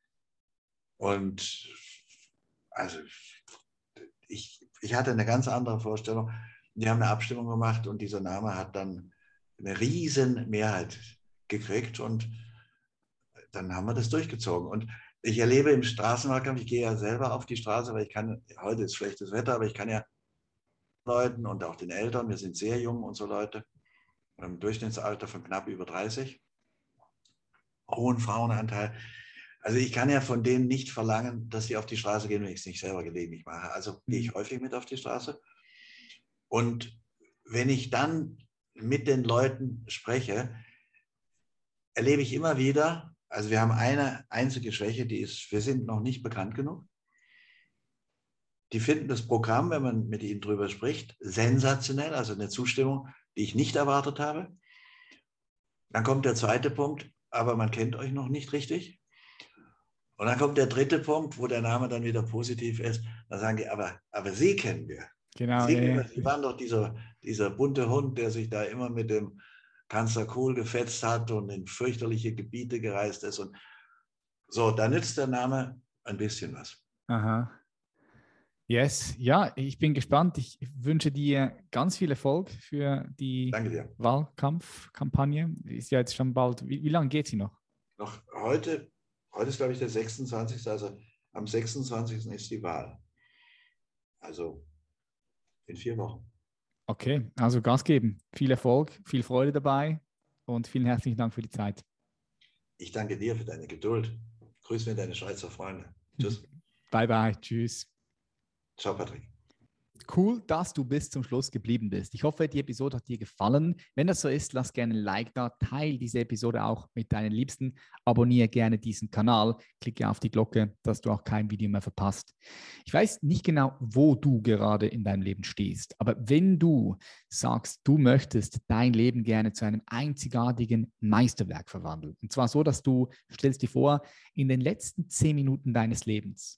Und also ich, ich hatte eine ganz andere Vorstellung. Die haben eine Abstimmung gemacht und dieser Name hat dann eine riesen Mehrheit gekriegt und dann haben wir das durchgezogen. Und ich erlebe im Straßenwahlkampf, ich gehe ja selber auf die Straße, weil ich kann, heute ist schlechtes Wetter, aber ich kann ja Leuten und auch den Eltern, wir sind sehr jung, unsere Leute, im Durchschnittsalter von knapp über dreißig, hohen Frauenanteil. Also ich kann ja von denen nicht verlangen, dass sie auf die Straße gehen, wenn ich es nicht selber gelegentlich mache. Also gehe ich häufig mit auf die Straße. Und wenn ich dann mit den Leuten spreche, erlebe ich immer wieder, also wir haben eine einzige Schwäche, die ist, wir sind noch nicht bekannt genug. Die finden das Programm, wenn man mit ihnen drüber spricht, sensationell, also eine Zustimmung, die ich nicht erwartet habe. Dann kommt der zweite Punkt, aber man kennt euch noch nicht richtig. Und dann kommt der dritte Punkt, wo der Name dann wieder positiv ist. Da sagen die, aber, aber Sie kennen wir. Genau. Sie, Ja, ja. Sie waren doch dieser, dieser bunte Hund, der sich da immer mit dem Kanzler Kohl gefetzt hat und in fürchterliche Gebiete gereist ist. Und so, da nützt der Name ein bisschen was. Aha. Yes, ja, ich bin gespannt. Ich wünsche dir ganz viel Erfolg für die Wahlkampfkampagne. Ist ja jetzt schon bald, wie, wie lange geht sie noch? Noch heute, heute ist glaube ich der sechsundzwanzigste Also am sechsundzwanzigsten ist die Wahl. Also in vier Wochen. Okay, also Gas geben. Viel Erfolg, viel Freude dabei und vielen herzlichen Dank für die Zeit. Ich danke dir für deine Geduld. Grüß mir deine Schweizer Freunde. Tschüss. Bye, bye. Tschüss. Ciao, Patrick. Cool, dass du bis zum Schluss geblieben bist. Ich hoffe, die Episode hat dir gefallen. Wenn das so ist, lass gerne ein Like da, teile diese Episode auch mit deinen Liebsten, abonniere gerne diesen Kanal, klicke auf die Glocke, dass du auch kein Video mehr verpasst. Ich weiß nicht genau, wo du gerade in deinem Leben stehst, aber wenn du sagst, du möchtest dein Leben gerne zu einem einzigartigen Meisterwerk verwandeln, und zwar so, dass du, stellst dir vor, in den letzten zehn Minuten deines Lebens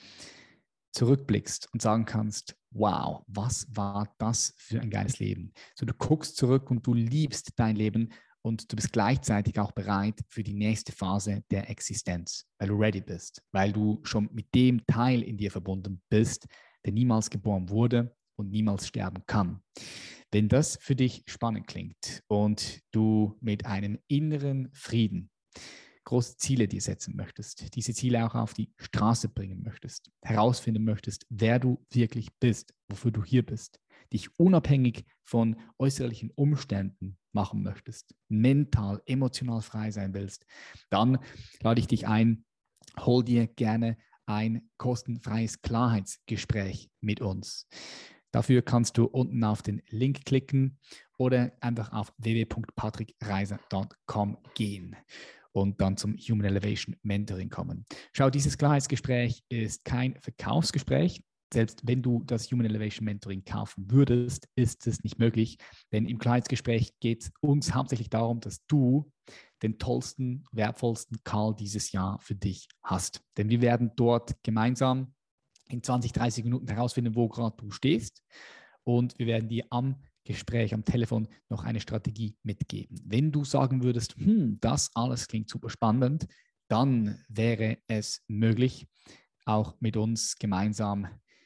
zurückblickst und sagen kannst, wow, was war das für ein geiles Leben? So, du guckst zurück und du liebst dein Leben und du bist gleichzeitig auch bereit für die nächste Phase der Existenz, weil du ready bist, weil du schon mit dem Teil in dir verbunden bist, der niemals geboren wurde und niemals sterben kann. Wenn das für dich spannend klingt und du mit einem inneren Frieden große Ziele dir setzen möchtest, diese Ziele auch auf die Straße bringen möchtest, herausfinden möchtest, wer du wirklich bist, wofür du hier bist, dich unabhängig von äußerlichen Umständen machen möchtest, mental, emotional frei sein willst, dann lade ich dich ein, hol dir gerne ein kostenfreies Klarheitsgespräch mit uns. Dafür kannst du unten auf den Link klicken oder einfach auf w w w punkt patrick reiser punkt com gehen und dann zum Human Elevation Mentoring kommen. Schau, dieses Klarheitsgespräch ist kein Verkaufsgespräch. Selbst wenn du das Human Elevation Mentoring kaufen würdest, ist es nicht möglich, denn im Klarheitsgespräch geht es uns hauptsächlich darum, dass du den tollsten, wertvollsten Call dieses Jahr für dich hast. Denn wir werden dort gemeinsam in zwanzig, dreißig Minuten herausfinden, wo gerade du stehst, und wir werden dir am Gespräch am Telefon noch eine Strategie mitgeben. Wenn du sagen würdest, hm, das alles klingt super spannend, dann wäre es möglich, auch mit uns gemeinsam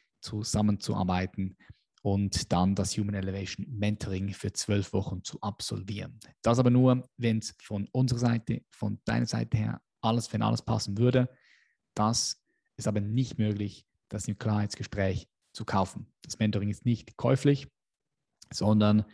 zusammenzuarbeiten und dann das Human Elevation Mentoring für zwölf Wochen zu absolvieren. Das aber nur, wenn es von unserer Seite, von deiner Seite her alles, wenn alles passen würde. Das ist aber nicht möglich, das im Klarheitsgespräch zu kaufen. Das Mentoring ist nicht käuflich, sondern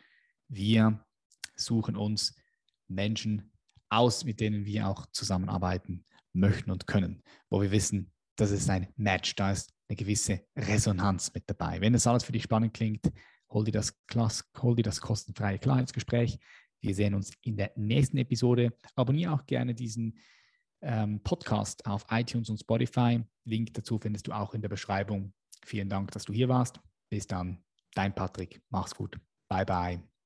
wir suchen uns Menschen aus, mit denen wir auch zusammenarbeiten möchten und können, wo wir wissen, das ist ein Match, da ist eine gewisse Resonanz mit dabei. Wenn das alles für dich spannend klingt, hol dir das, hol dir das kostenfreie Klarheitsgespräch. Wir sehen uns in der nächsten Episode. Abonniere auch gerne diesen ähm, Podcast auf iTunes und Spotify. Link dazu findest du auch in der Beschreibung. Vielen Dank, dass du hier warst. Bis dann, dein Patrick. Mach's gut. Bye, bye.